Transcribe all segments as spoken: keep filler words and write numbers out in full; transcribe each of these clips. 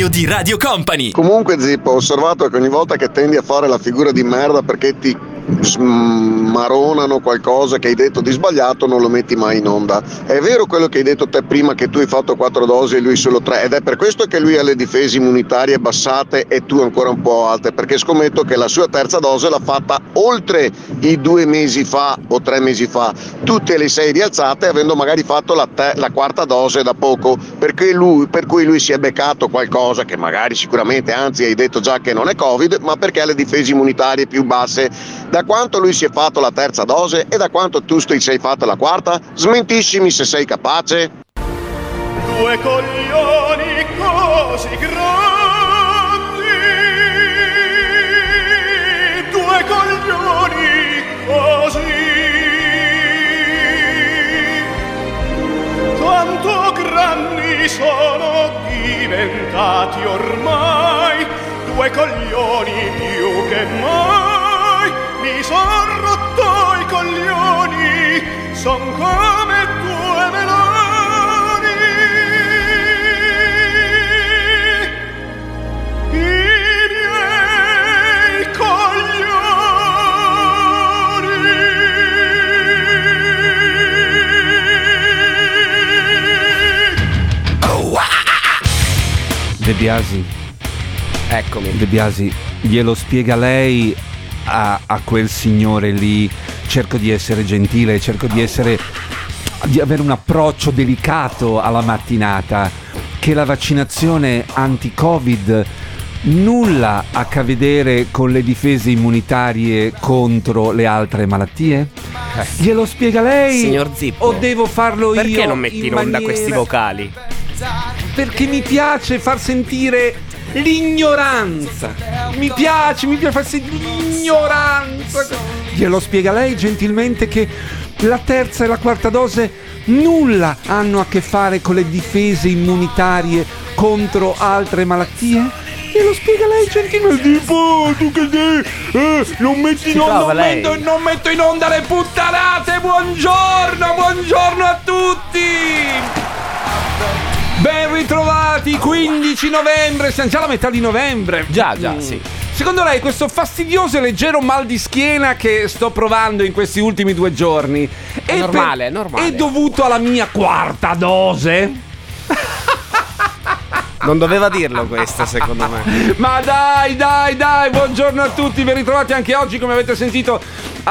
condominio di Radio Company. Comunque Zippo, ho osservato che ogni volta che tendi a fare la figura di merda perché ti smaronano qualcosa che hai detto di sbagliato, non lo metti mai in onda. È vero quello che hai detto te prima, che tu hai fatto quattro dosi e lui solo tre, ed è per questo che lui ha le difese immunitarie bassate e tu ancora un po' alte, perché scommetto che la sua terza dose l'ha fatta oltre i due mesi fa o tre mesi fa. Tu te le sei rialzate avendo magari fatto la, te- la quarta dose da poco, perché lui, per cui lui si è beccato qualcosa che magari sicuramente, anzi hai detto già che non è Covid, ma perché ha le difese immunitarie più basse. Da quanto lui si è fatto la terza dose e da quanto tu ti sei fatto la quarta? Smentiscimi se sei capace. Due coglioni così grandi, due coglioni così, tanto grandi sono diventati ormai, due coglioni più che mai. Mi son rotto i coglioni, son come due meloni. I miei coglioni. Oh, ah. De Biasi. Eccomi. De Biasi, glielo spiega lei A, a quel signore lì. Cerco di essere gentile, cerco di essere di avere un approccio delicato alla mattinata, che la vaccinazione anti-Covid nulla ha a che vedere con le difese immunitarie contro le altre malattie? Eh. Glielo spiega lei? Signor Zippo, o devo farlo perché io? Perché non metti in, in onda maniera... questi vocali? Perché mi piace far sentire l'ignoranza, mi piace, mi piace far sentire l'ignoranza. Glielo spiega lei gentilmente che la terza e la quarta dose nulla hanno a che fare con le difese immunitarie contro altre malattie? Glielo spiega lei gentilmente. Tipo, tu che sei? Eh, non metti in onda, non metto, non metto in onda le puttanate. Buongiorno, buongiorno a tutti. Ben ritrovati, quindici novembre, siamo già alla metà di novembre. Già, già, sì. Secondo lei questo fastidioso e leggero mal di schiena che sto provando in questi ultimi due giorni è, è normale, per... è normale. È dovuto alla mia quarta dose? Non doveva dirlo questo, secondo me. Ma dai, dai, dai, buongiorno a tutti, ben ritrovati anche oggi, come avete sentito,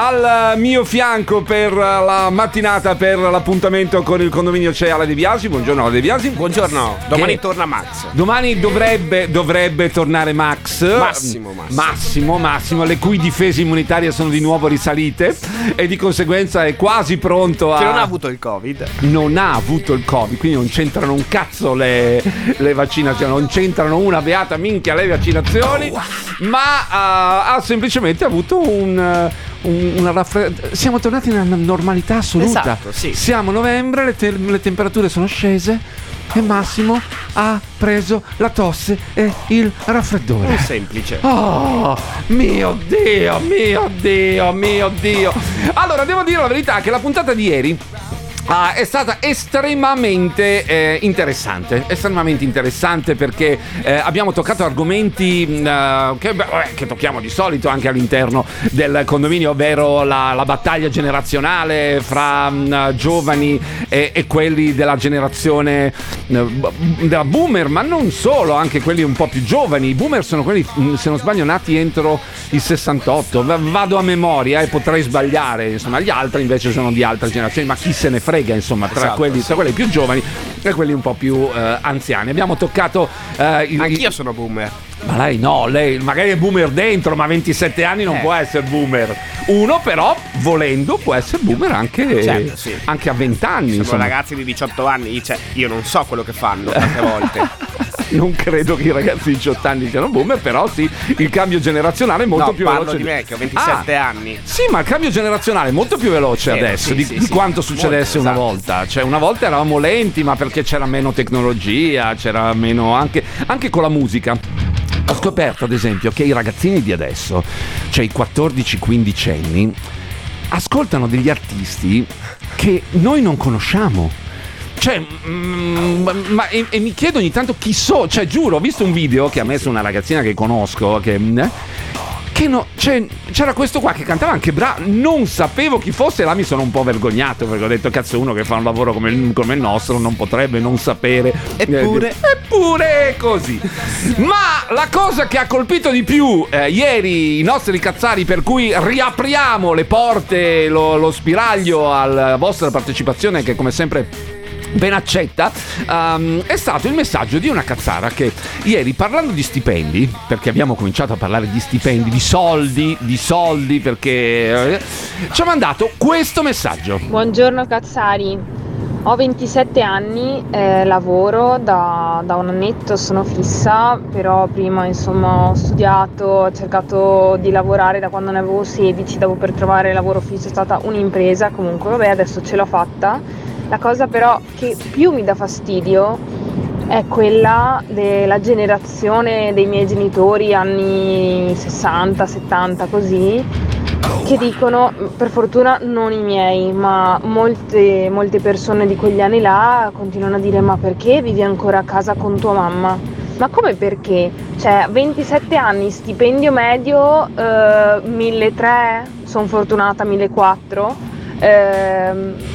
al mio fianco per la mattinata, per l'appuntamento con il condominio c'è Ala De Biasi. Buongiorno Ala De Biasi. Buongiorno, domani che... torna Max. Domani dovrebbe, dovrebbe tornare Max. Massimo, Massimo. Massimo, Massimo, le cui difese immunitarie sono di nuovo risalite e di conseguenza è quasi pronto a... Che non ha avuto il Covid. Non ha avuto il Covid, quindi non c'entrano un cazzo le, le vaccinazioni. Non c'entrano una beata minchia le vaccinazioni, oh, wow. ma uh, ha semplicemente avuto un, uh, un una raffreddore. Siamo tornati nella normalità assoluta. Esatto, sì. Siamo a novembre, le, te- le temperature sono scese e Massimo ha preso la tosse e il raffreddore. Un semplice. Oh mio Dio, mio Dio, mio Dio. Allora, devo dire la verità che la puntata di ieri Ah, è stata estremamente eh, interessante, estremamente interessante perché eh, abbiamo toccato argomenti eh, che, beh, che tocchiamo di solito anche all'interno del condominio, ovvero la, la battaglia generazionale fra mh, giovani e, e quelli della generazione uh, della boomer, ma non solo, anche quelli un po' più giovani. I boomer sono quelli, se non sbaglio, nati entro il sessantotto, vado a memoria e eh, potrei sbagliare, insomma. Gli altri invece sono di altre generazioni, ma chi se ne frega, insomma, tra, esatto, quelli, sì. tra quelli più giovani e quelli un po' più uh, anziani. Abbiamo toccato uh, il, anch'io il... sono boomer. Ma lei no, lei magari è boomer dentro, ma a ventisette anni non eh. può essere boomer. Uno però, volendo, può essere boomer anche, certo, sì. anche a venti anni. Sono insomma. Ragazzi di diciotto anni, cioè, io non so quello che fanno tante volte. Non credo che i ragazzi di diciotto anni siano boomer, però sì, il cambio generazionale è molto no, più parlo veloce. di me che ho ventisette ah, anni. Sì, ma il cambio generazionale è molto più veloce sì, adesso sì, di, sì, di sì, quanto succedesse molto, una esatto. volta. Cioè, una volta eravamo lenti, ma perché c'era meno tecnologia, c'era meno anche, anche con la musica. Ho scoperto, ad esempio, che i ragazzini di adesso, cioè i quattordici quindici anni, ascoltano degli artisti che noi non conosciamo. cioè, mm, ma e, e mi chiedo ogni tanto chi so, cioè giuro, ho visto un video che ha messo una ragazzina che conosco, che... che no, cioè, c'era questo qua che cantava anche bravo, non sapevo chi fosse, là mi sono un po' vergognato perché ho detto cazzo, uno che fa un lavoro come il, come il nostro non potrebbe non sapere. Eppure eh, eppure è così. Ma la cosa che ha colpito di più eh, ieri i nostri cazzari, per cui riapriamo le porte, lo, lo spiraglio alla vostra partecipazione, che come sempre ben accetta, um, è stato il messaggio di una cazzara che ieri, parlando di stipendi, perché abbiamo cominciato a parlare di stipendi, di soldi, di soldi, perché eh, ci ha mandato questo messaggio. Buongiorno cazzari, ho ventisette anni, eh, lavoro da, da un annetto, sono fissa, però prima insomma ho studiato, ho cercato di lavorare da quando ne avevo sedici, dopo per trovare lavoro fisso è stata un'impresa, comunque vabbè adesso ce l'ho fatta. La cosa però che più mi dà fastidio è quella della generazione dei miei genitori, anni sessanta, settanta, così, che dicono, per fortuna non i miei, ma molte, molte persone di quegli anni là continuano a dire: ma perché vivi ancora a casa con tua mamma? Ma come perché? Cioè, ventisette anni, stipendio medio eh, milletrecento, sono fortunata millequattrocento, eh,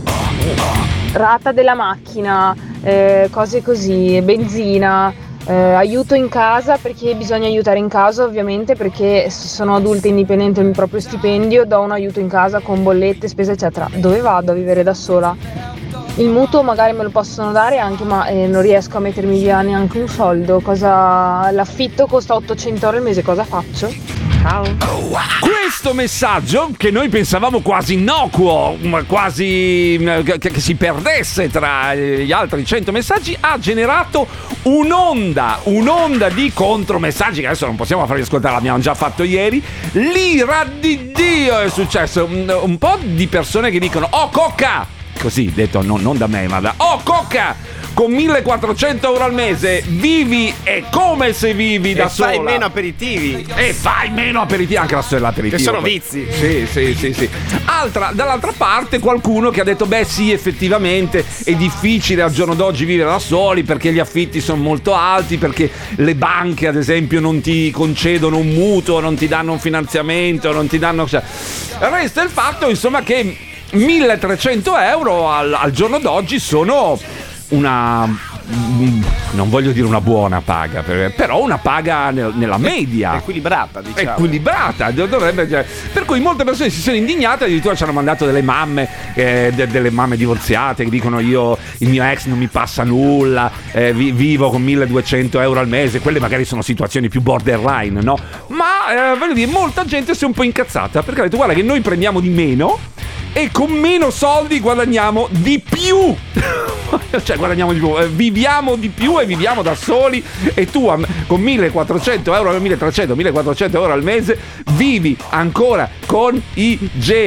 rata della macchina, eh, cose così, benzina, eh, aiuto in casa, perché bisogna aiutare in casa ovviamente, perché sono adulta indipendente del mio proprio stipendio, do un aiuto in casa con bollette, spese eccetera. Dove vado a vivere da sola? Il mutuo magari me lo possono dare anche, ma eh, non riesco a mettermi via neanche un soldo. Cosa... L'affitto costa ottocento euro al mese, cosa faccio? Ciao. Questo messaggio, che noi pensavamo quasi innocuo, quasi che, che si perdesse tra gli altri cento messaggi, ha generato un'onda, un'onda di contromessaggi che adesso non possiamo farvi ascoltare, l'abbiamo già fatto ieri. L'ira di Dio è successo. Un, un po' di persone che dicono: oh cocca! Così detto, no, non da me, ma da oh cocca, con millequattrocento euro al mese vivi è come se vivi e da sola. E fai meno aperitivi. E fai meno aperitivi, anche la l'aperitivo. Che sono vizi. Sì, sì, sì, sì. Altra, dall'altra parte qualcuno che ha detto: beh sì, effettivamente è difficile al giorno d'oggi vivere da soli, perché gli affitti sono molto alti, perché le banche ad esempio non ti concedono un mutuo, non ti danno un finanziamento, non ti danno... Cioè, resta il fatto insomma che milletrecento euro al, al giorno d'oggi sono una, non voglio dire una buona paga, però una paga nella media, equilibrata, diciamo. Equilibrata, dovrebbe, per cui molte persone si sono indignate, addirittura ci hanno mandato delle mamme, eh, de, delle mamme divorziate che dicono: io, il mio ex non mi passa nulla, eh, vi, vivo con milleduecento euro al mese. Quelle magari sono situazioni più borderline, no? Ma eh, voglio dire, molta gente si è un po' incazzata perché ha detto: guarda che noi prendiamo di meno e con meno soldi guadagniamo di più. Cioè guadagniamo di più, eh, viviamo di più e viviamo da soli, e tu am- con millequattrocento euro, milletrecento, millequattrocento euro al mese vivi ancora con i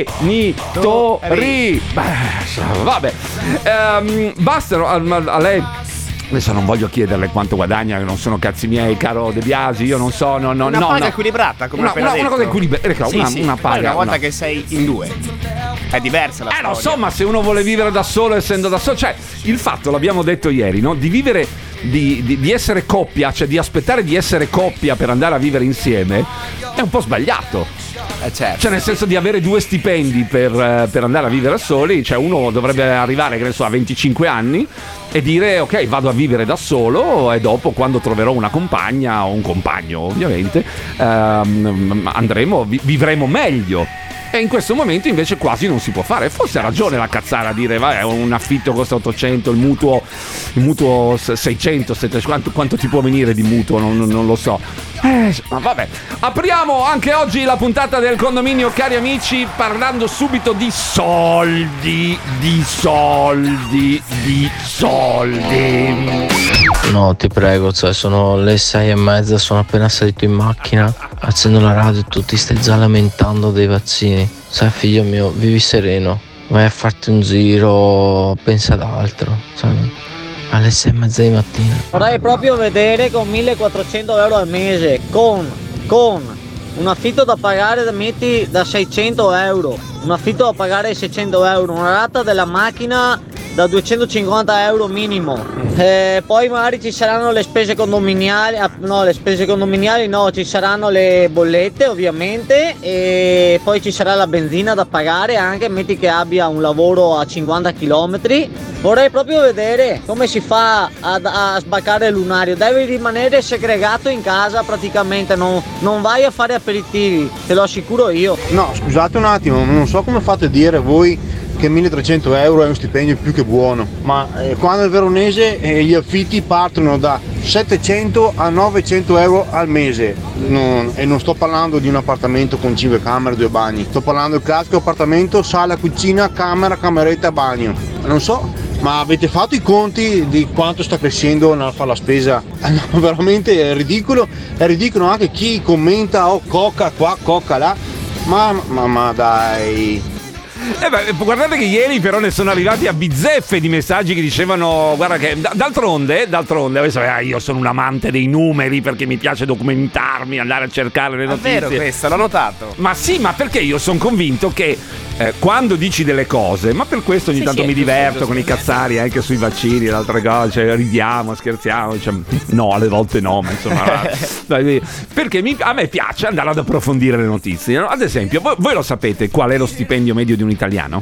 genitori. Beh, vabbè, ehm, bastano a, a lei. Adesso non voglio chiederle quanto guadagna, che non sono cazzi miei, caro De Biasi, io non so, no, no, una no, paga no. equilibrata, come una, appena una, una cosa equilibrata, sì, una, sì. una paga. Una volta una... che sei in due è diversa la eh, storia. lo so, ma se uno vuole vivere da solo, essendo da solo, cioè il fatto, l'abbiamo detto ieri, no? Di vivere, di, di, di essere coppia, cioè di aspettare di essere coppia per andare a vivere insieme, è un po' sbagliato. Eh certo. Cioè nel senso di avere due stipendi per, per andare a vivere soli, cioè uno dovrebbe arrivare, che ne so, a venticinque anni e dire: ok, vado a vivere da solo, e dopo, quando troverò una compagna o un compagno ovviamente, ehm, andremo, vi, vivremo meglio. E in questo momento invece quasi non si può fare. Forse ha ragione la cazzara a dire: vabbè, un affitto costa ottocento, il mutuo il mutuo seicento, settecento, quanto, quanto ti può venire di mutuo, non, non lo so. Eh, ma vabbè, apriamo anche oggi la puntata del condominio, cari amici, parlando subito di soldi, di soldi, di soldi. No, ti prego, cioè sono le sei e mezza, sono appena salito in macchina, accendo la radio e tu ti stai già lamentando dei vaccini. Sai, figlio mio, vivi sereno, vai a farti un giro, pensa ad altro, cioè, alle sei e mezza di mattina. Vorrei proprio vedere con millequattrocento euro al mese, con, con un affitto da pagare, metti da seicento euro, un affitto da pagare seicento euro, una rata della macchina da duecentocinquanta euro minimo. Eh, poi magari ci saranno le spese condominiali, ah, no, le spese condominiali no, ci saranno le bollette ovviamente, e poi ci sarà la benzina da pagare anche, metti che abbia un lavoro a cinquanta chilometri. Vorrei proprio vedere come si fa a, a sbaccare il lunario. Devi rimanere segregato in casa praticamente, non, non vai a fare aperitivi, te lo assicuro io. No, scusate un attimo, non so come fate a dire voi che milletrecento euro è uno stipendio più che buono, ma eh, quando è veronese eh, gli affitti partono da settecento a novecento euro al mese, non, e non sto parlando di un appartamento con cinque camere e due bagni, sto parlando del classico appartamento, sala, cucina, camera, cameretta, bagno. Non so, ma avete fatto i conti di quanto sta crescendo nel fare la spesa? No, veramente è ridicolo, è ridicolo anche chi commenta oh coca qua, coca là, ma, ma, ma dai... Eh beh, guardate che ieri però ne sono arrivati a bizzeffe di messaggi che dicevano guarda che d'altronde, d'altronde adesso eh, io sono un amante dei numeri perché mi piace documentarmi, andare a cercare le notizie. È vero questo, l'ho notato. Ma sì, ma perché io sono convinto che eh, quando dici delle cose, ma per questo ogni sì, tanto sì, mi diverto con i cazzari anche sui vaccini e altre cose, cioè, ridiamo, scherziamo, cioè, no, alle volte no, ma insomma perché mi, a me piace andare ad approfondire le notizie, no? Ad esempio, voi, voi lo sapete qual è lo stipendio medio di un italiano?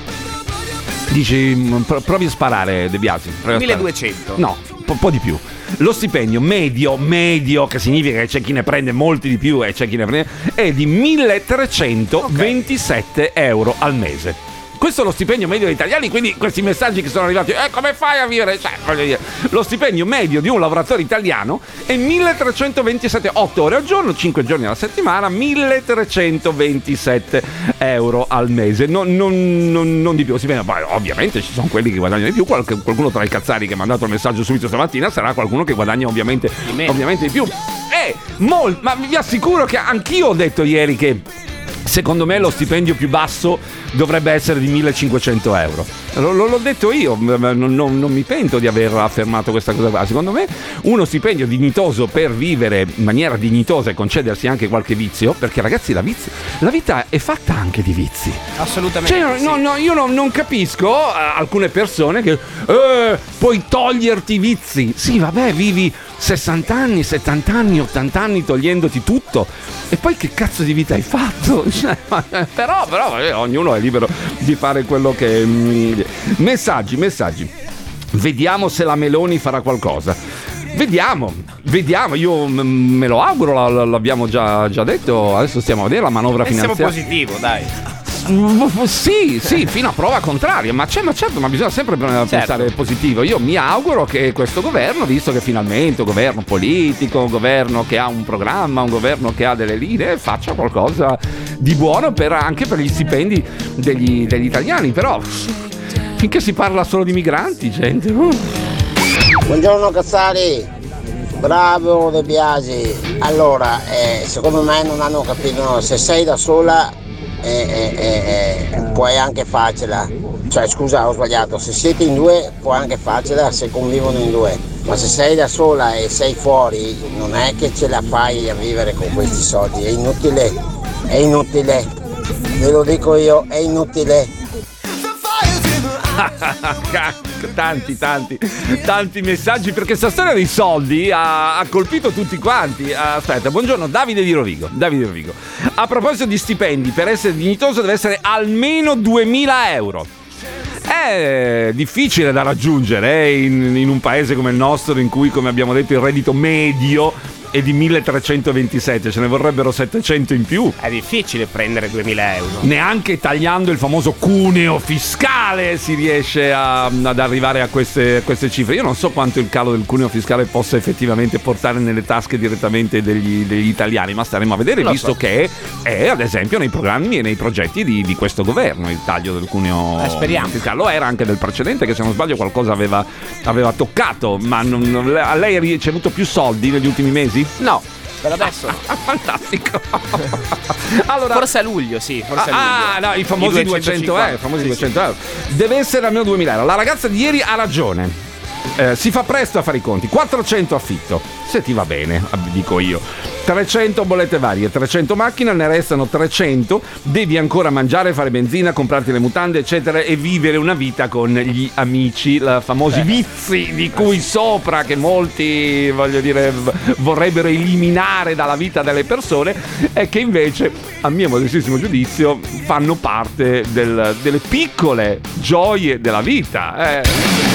Dici, provi a sparare, De Biasi. milleduecento. No, un po' di più. Lo stipendio medio, medio, che significa che c'è chi ne prende molti di più e c'è chi ne prende, è di milletrecentoventisette okay. euro al mese. Questo è lo stipendio medio degli italiani, quindi questi messaggi che sono arrivati, eh come fai a vivere? Cioè, voglio dire, lo stipendio medio di un lavoratore italiano è milletrecentoventisette, otto ore al giorno, cinque giorni alla settimana, milletrecentoventisette euro al mese, non, non, non, non di più. Stipendio, poi, ovviamente ci sono quelli che guadagnano di più, qualche, qualcuno tra i cazzari che mi ha mandato il messaggio subito stamattina sarà qualcuno che guadagna ovviamente di, ovviamente di più. Eh, mol, ma vi assicuro che anch'io ho detto ieri che secondo me lo stipendio più basso dovrebbe essere di millecinquecento euro. L- l'ho detto io, non, non, non mi pento di aver affermato questa cosa qua. Secondo me uno stipendio dignitoso per vivere in maniera dignitosa e concedersi anche qualche vizio, perché ragazzi la, vizio, la vita è fatta anche di vizi. Assolutamente. Cioè, sì. no, no, io non, non capisco uh, alcune persone che eh, puoi toglierti i vizi. Sì, vabbè, vivi sessanta anni, settanta anni, ottanta anni togliendoti tutto. E poi che cazzo di vita hai fatto? Cioè, però, però eh, ognuno è libero di fare quello che... Mm, messaggi, messaggi. Vediamo se la Meloni farà qualcosa. Vediamo, vediamo, io m- me lo auguro, l- l'abbiamo già, già detto, adesso stiamo a vedere la manovra finanziaria. Siamo positivo, dai. Sì, sì, fino a prova contraria, ma, c'è, ma certo, ma bisogna sempre pensare certo. positivo. Io mi auguro che questo governo, visto che finalmente un governo politico, un governo che ha un programma, un governo che ha delle linee, faccia qualcosa di buono per, anche per gli stipendi degli, degli italiani. Però finché si parla solo di migranti, gente. Uh. Buongiorno Cazzari, bravo De Biasi. Allora, eh, secondo me non hanno capito, se sei da sola eh, eh, eh, puoi anche farcela, cioè scusa ho sbagliato, se siete in due puoi anche farcela se convivono in due, ma se sei da sola e sei fuori non è che ce la fai a vivere con questi soldi, è inutile, è inutile, ve lo dico io, è inutile. tanti tanti tanti messaggi, perché questa storia dei soldi ha, ha colpito tutti quanti. Aspetta, buongiorno Davide di Rovigo. Davide di Rovigo, a proposito di stipendi, per essere dignitoso deve essere almeno duemila euro. È difficile da raggiungere eh, in, in un paese come il nostro, in cui, come abbiamo detto, il reddito medio è di milletrecentoventisette, ce ne vorrebbero settecento in più. È difficile prendere duemila euro. Neanche tagliando il famoso cuneo fiscale si riesce a, ad arrivare a queste, a queste cifre. Io non so quanto il calo del cuneo fiscale possa effettivamente portare nelle tasche direttamente degli, degli italiani, ma staremo a vedere, lo visto so. che è, ad esempio, nei programmi e nei progetti di, di questo governo il taglio del cuneo eh, speriamo. fiscale. Lo era anche del precedente, che se non sbaglio qualcosa aveva, aveva toccato, ma non, a lei ha ricevuto più soldi negli ultimi mesi? No, per adesso. Fantastico. Allora, forse a luglio, sì, forse a luglio. Ah, no, i famosi I duecento euro, famosi sì, duecento euro. Deve essere almeno duemila euro. La ragazza di ieri ha ragione. Eh, si fa presto a fare i conti. quattrocento affitto, se ti va bene, dico io. trecento bollette varie, trecento macchine, ne restano trecento, devi ancora mangiare, fare benzina, comprarti le mutande eccetera e vivere una vita con gli amici, i famosi eh. vizi di cui sopra che molti, voglio dire, vorrebbero eliminare dalla vita delle persone e che invece a mio modestissimo giudizio fanno parte del, delle piccole gioie della vita. eh.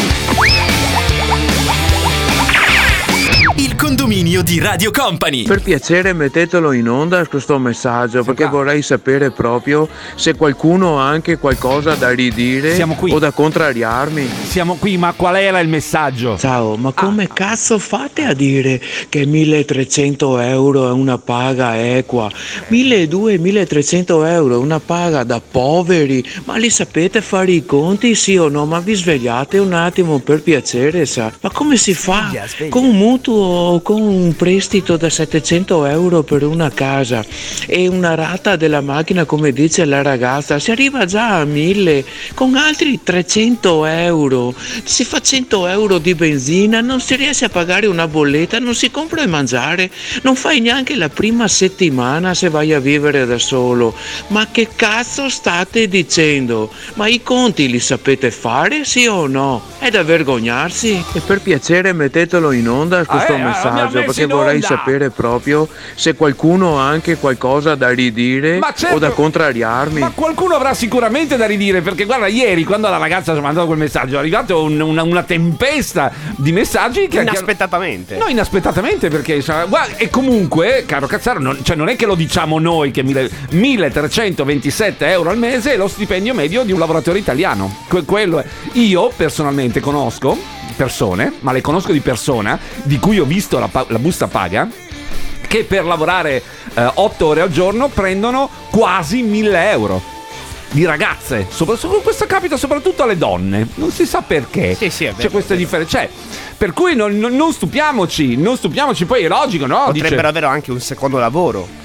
Il condominio di Radio Company. Per piacere mettetelo in onda questo messaggio, perché vorrei sapere proprio se qualcuno ha anche qualcosa da ridire Siamo qui. o da contrariarmi. Siamo qui, ma qual era il messaggio? Ciao, ma come ah. cazzo fate a dire che milletrecento euro è una paga equa? milleduecento milletrecento euro è una paga da poveri? Ma li sapete fare i conti, sì o no? Ma vi svegliate un attimo per piacere, sa? Ma come si fa? Sveglia, sveglia. Con un mutuo o con un prestito da settecento euro per una casa e una rata della macchina, come dice la ragazza, si arriva già a mille, con altri trecento euro si fa cento euro di benzina, non si riesce a pagare una bolletta, non si compra il mangiare, non fai neanche la prima settimana se vai a vivere da solo. Ma che cazzo state dicendo? Ma i conti li sapete fare, sì o no? È da vergognarsi. E per piacere mettetelo in onda questo ah, eh, messaggio, perché vorrei sapere proprio se qualcuno ha anche qualcosa da ridire certo, o da contrariarmi. Ma qualcuno avrà sicuramente da ridire, perché guarda, ieri quando la ragazza ci ha mandato quel messaggio è arrivato un, una, una tempesta di messaggi che inaspettatamente no inaspettatamente perché guarda, e comunque caro Cazzaro non, cioè non è che lo diciamo noi che milletrecentoventisette euro al mese è lo stipendio medio di un lavoratore italiano. Que- quello è. Io personalmente conosco persone, ma le conosco di persona, di cui ho visto la, pa- la busta paga, che per lavorare eh, otto ore al giorno prendono quasi mille euro. Di ragazze, sopra, questo capita soprattutto alle donne, non si sa perché. Sì, sì, è vero, c'è questa differenza, cioè, per cui non, non, non stupiamoci, non stupiamoci, poi è logico, no? Potrebbero Dice, avere anche un secondo lavoro.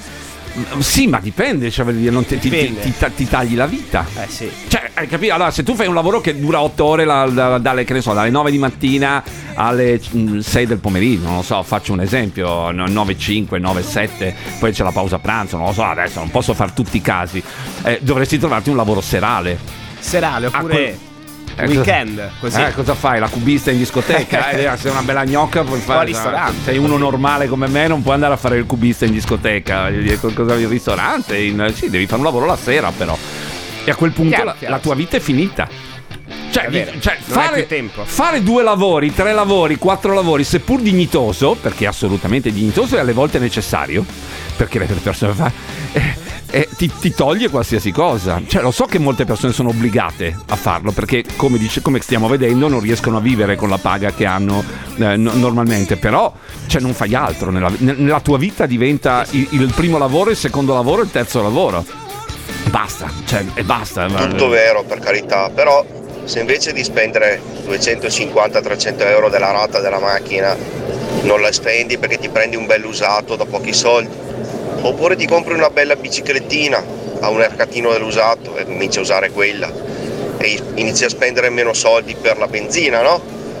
Sì, ma dipende, cioè, non ti, ti, ti, ti, ti tagli la vita. Eh sì. Cioè, hai capito? Allora, se tu fai un lavoro che dura otto ore la, la, dalle, che ne so, dalle nove di mattina alle sei del pomeriggio, non lo so, faccio un esempio, nove cinque, nove sette, poi c'è la pausa pranzo, non lo so, adesso non posso fare tutti i casi. Eh, dovresti trovarti un lavoro serale. Serale, oppure... Ah, quel... Eh, weekend, così. Eh, cosa fai? La cubista in discoteca? eh, sei una bella gnocca, puoi fare. al ristorante. Sei uno normale come me, non puoi andare a fare il cubista in discoteca. Cosa il ristorante? In... Sì, devi fare un lavoro la sera, però. E a quel punto chiaro, la, chiaro. la tua vita è finita. Cioè, è cioè non fare, hai più tempo. fare due lavori, tre lavori, quattro lavori, seppur dignitoso, perché è assolutamente dignitoso e alle volte necessario, perché le persone fa. Eh, E ti, ti toglie qualsiasi cosa. Cioè, lo so che molte persone sono obbligate a farlo perché, come dice, come stiamo vedendo, non riescono a vivere con la paga che hanno eh, no, normalmente. Però, cioè, non fai altro nella, nella tua vita diventa il, il primo lavoro, il secondo lavoro, il terzo lavoro. Basta, cioè, e basta. Tutto vero, per carità, però se invece di spendere duecentocinquanta trecento euro della rata della macchina non la spendi perché ti prendi un bell'usato da pochi soldi, oppure ti compri una bella biciclettina a un mercatino dell'usato e cominci a usare quella e inizi a spendere meno soldi per la benzina, no?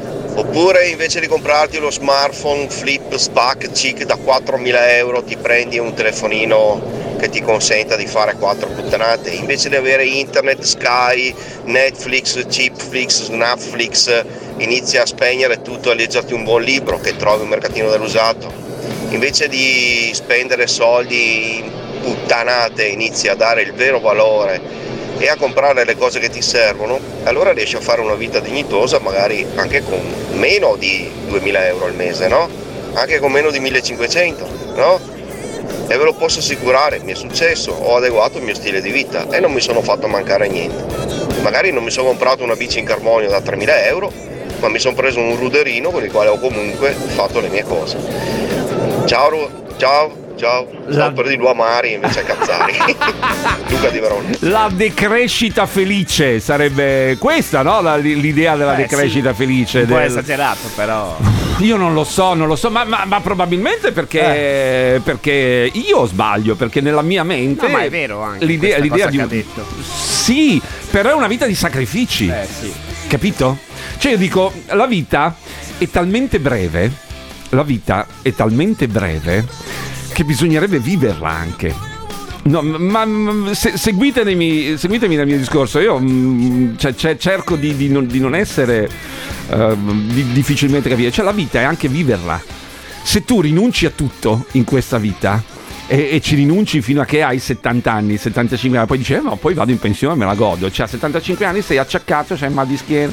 Oppure invece di comprarti lo smartphone flip spac chic da quattromila euro ti prendi un telefonino che ti consenta di fare quattro puttanate, invece di avere internet, Sky, Netflix, Chipflix, Snapflix, inizi a spegnere tutto e a leggerti un buon libro che trovi un mercatino dell'usato. Invece di spendere soldi in puttanate inizi a dare il vero valore e a comprare le cose che ti servono, allora riesci a fare una vita dignitosa, magari anche con meno di duemila euro al mese, no? Anche con meno di millecinquecento, no? E ve lo posso assicurare, mi è successo, ho adeguato il mio stile di vita e non mi sono fatto mancare niente. Magari non mi sono comprato una bici in carbonio da tremila euro, ma mi sono preso un ruderino con il quale ho comunque fatto le mie cose. Ciao, ciao. Ciao, ciao per di Luamari invece a Cazzari. Luca di Verona. La decrescita felice sarebbe questa, no? La, l'idea della Beh, decrescita sì. felice. Un po' del... esagerato, però. Io non lo so, non lo so, ma, ma, ma probabilmente perché, eh. perché io sbaglio, perché nella mia mente. No, ma è vero anche l'idea, l'idea di che un... ha detto. Sì, però è una vita di sacrifici. Eh sì. Capito? Cioè io dico, la vita è talmente breve, la vita è talmente breve che bisognerebbe viverla anche. No, ma, ma se, seguitemi, seguitemi nel mio discorso. Io mh, cioè, cioè, cerco di, di, non, di non essere uh, di, difficilmente capire. Cioè, la vita è anche viverla. Se tu rinunci a tutto in questa vita e, e ci rinunci fino a che hai settanta anni, settantacinque anni, poi dici eh, no, poi vado in pensione e me la godo. Cioè, a settantacinque anni sei acciaccato, c'hai mal di schiena,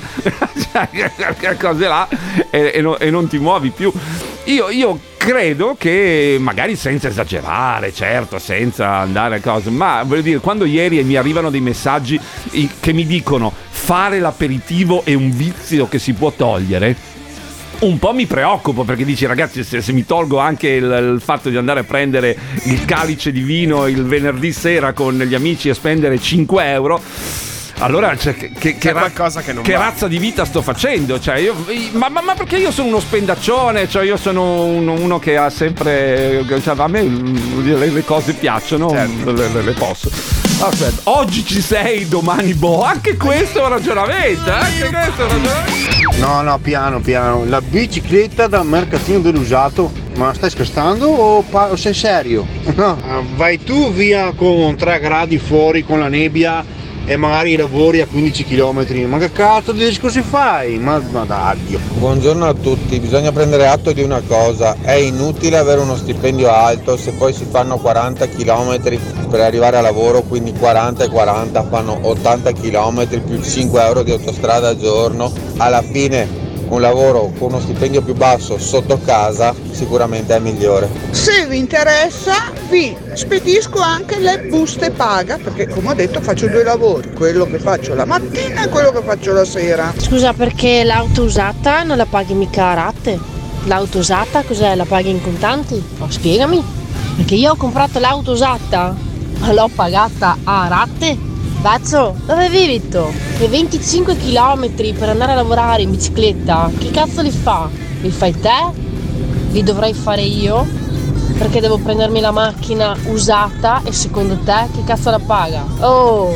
cioè, cose là, e, e, no, e non ti muovi più. Io, io credo che, magari senza esagerare, certo, senza andare a cose, ma voglio dire, quando ieri mi arrivano dei messaggi che mi dicono fare l'aperitivo è un vizio che si può togliere, un po' mi preoccupo, perché dici ragazzi, se, se mi tolgo anche il, il fatto di andare a prendere il calice di vino il venerdì sera con gli amici e spendere cinque euro, allora cioè, che, che, che, ra- che, che razza di vita sto facendo? Cioè, io, ma, ma, ma perché io sono uno spendaccione? Cioè, io sono uno, uno che ha sempre, cioè, a me le, le cose piacciono, certo. le, le, le posso. Aspetta, oggi ci sei, domani boh. Anche questo è un ragionamento, eh? Anche questo è un ragionamento. No, no, piano, piano. La bicicletta dal mercatino dell'usato. Ma stai scherzando o, pa- o sei serio? No. Vai tu via con tre gradi fuori con la nebbia e magari lavori a quindici chilometri, ma che cazzo di discorsi fai? Ma, ma dai. Buongiorno a tutti, bisogna prendere atto di una cosa: è inutile avere uno stipendio alto se poi si fanno quaranta chilometri per arrivare a lavoro, quindi quaranta e quaranta fanno ottanta chilometri più cinque euro di autostrada al giorno. Alla fine un lavoro con uno stipendio più basso sotto casa sicuramente è migliore. Se vi interessa vi spedisco anche le buste paga, perché come ho detto faccio due lavori, quello che faccio la mattina e quello che faccio la sera. Scusa, perché l'auto usata non la paghi mica a rate? L'auto usata cos'è? La paghi in contanti? Oh, spiegami, perché io ho comprato l'auto usata ma l'ho pagata a rate. Bazzo, dove vivi tu? E venticinque chilometri per andare a lavorare in bicicletta, che cazzo li fa? Li fai te? Li dovrei fare io? Perché devo prendermi la macchina usata e secondo te chi cazzo la paga? Oh!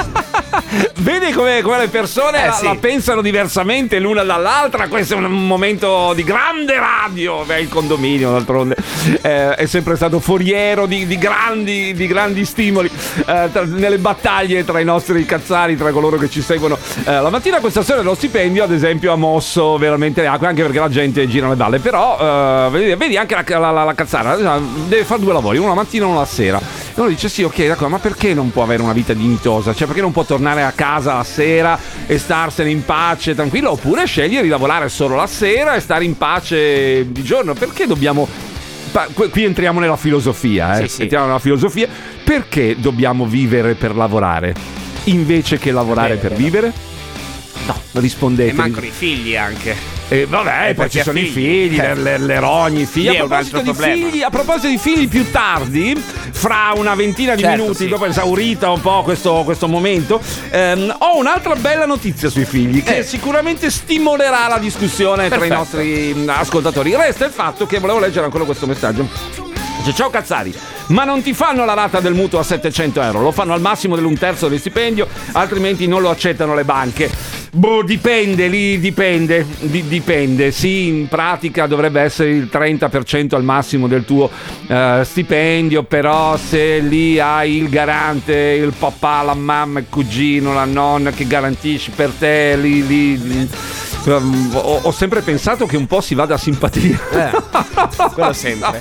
Vedi come, come le persone eh, la, sì. la pensano diversamente l'una dall'altra. Questo è un momento di grande radio. Beh, il condominio d'altronde eh, è sempre stato foriero di, di, grandi, di grandi stimoli eh, tra, nelle battaglie tra i nostri cazzari, tra coloro che ci seguono eh, la mattina. Questa storia dello stipendio ad esempio ha mosso veramente le acque, anche perché la gente gira le balle. Però eh, vedi, vedi anche la, la, la, la cazzara deve fare due lavori, uno la mattina e uno la sera. E uno dice sì, ok, d'accordo, ma perché non può avere una vita dignitosa? Cioè, perché non può tornare a casa la sera e starsene in pace, tranquillo? Oppure scegliere di lavorare solo la sera e stare in pace di giorno? Perché dobbiamo... Qui entriamo nella filosofia, eh? Sì, sì. Entriamo nella filosofia. Perché dobbiamo vivere per lavorare invece che lavorare per vivere? No, rispondete. E mancano i figli anche. E vabbè, E poi ci sono i figli, Eh. le, le, le rogne, i figli. Lì è A un altro proposito, di problema. figli, a proposito di figli, più tardi, fra una ventina di Certo, minuti, sì. dopo esaurita un po' questo, questo momento, ehm, ho un'altra bella notizia sui figli che Eh. sicuramente stimolerà la discussione tra i Perfetto. nostri mh, ascoltatori. Resta il fatto che volevo leggere ancora questo messaggio. Dice, ciao Cazzari, ma non ti fanno la rata del mutuo a settecento euro, lo fanno al massimo dell'un terzo del stipendio, altrimenti non lo accettano le banche. Boh, dipende, lì dipende, di, dipende. Sì, in pratica dovrebbe essere il trenta per cento al massimo del tuo eh, stipendio, però se lì hai il garante, il papà, la mamma, il cugino, la nonna che garantisci per te, lì, lì, lì um, ho, ho sempre pensato che un po' si vada a simpatia. Eh, quello sempre.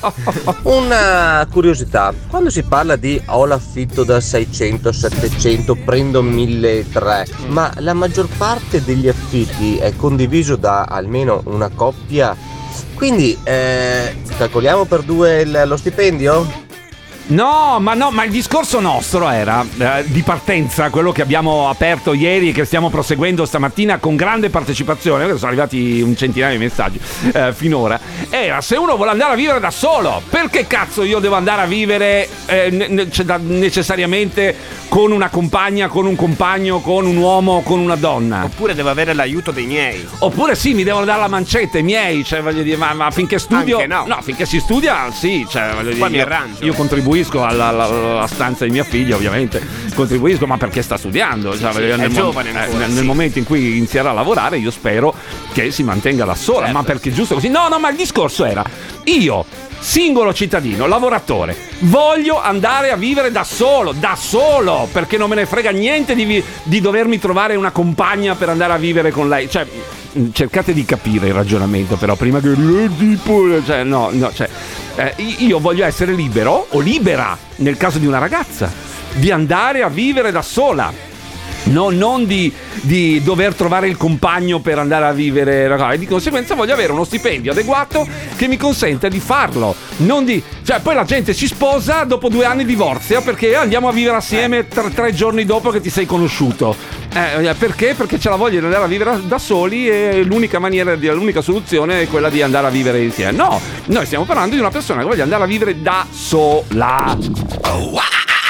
Una curiosità, quando si parla di ho l'affitto da seicento settecento, prendo milletrecento, ma la maggior parte degli affitti è condiviso da almeno una coppia, quindi eh, calcoliamo per due il- lo stipendio? No, ma no, ma il discorso nostro era eh, di partenza, quello che abbiamo aperto ieri e che stiamo proseguendo stamattina con grande partecipazione, perché sono arrivati un centinaio di messaggi eh, finora. Era se uno vuole andare a vivere da solo, perché cazzo io devo andare a vivere eh, ne- ne- cioè, da- necessariamente con una compagna, con un compagno, con un uomo, con una donna? Oppure devo avere l'aiuto dei miei. Oppure sì, mi devono dare la mancetta i miei, cioè voglio dire, ma, ma finché studio, Anche no. finché si studia, sì, cioè voglio dire, Poi mi io- arrangio. io contribuisco contribuisco alla, alla, alla stanza di mia figlia, ovviamente contribuisco, ma perché sta studiando, cioè, Sì, nel, è giovane mo- ancora, eh, nel sì. momento in cui inizierà a lavorare io spero che si mantenga da sola, Certo. ma perché è giusto così. No, no, ma il discorso era io, singolo cittadino, lavoratore, voglio andare a vivere da solo, da solo, perché non me ne frega niente di, vi- di dovermi trovare una compagna per andare a vivere con lei. Cioè, mh, cercate di capire il ragionamento, però, prima che... Cioè, no, no, cioè, eh, io voglio essere libero, o libera, nel caso di una ragazza, di andare a vivere da sola. No, non di, di dover trovare il compagno per andare a vivere, e di conseguenza voglio avere uno stipendio adeguato che mi consenta di farlo. Non di, cioè, poi la gente si sposa, dopo due anni divorzia perché andiamo a vivere assieme tre, tre giorni dopo che ti sei conosciuto. Eh, perché? Perché c'è la voglia di andare a vivere da soli e l'unica maniera, l'unica soluzione è quella di andare a vivere insieme. No, noi stiamo parlando di una persona che voglia andare a vivere da sola. Oh, wow.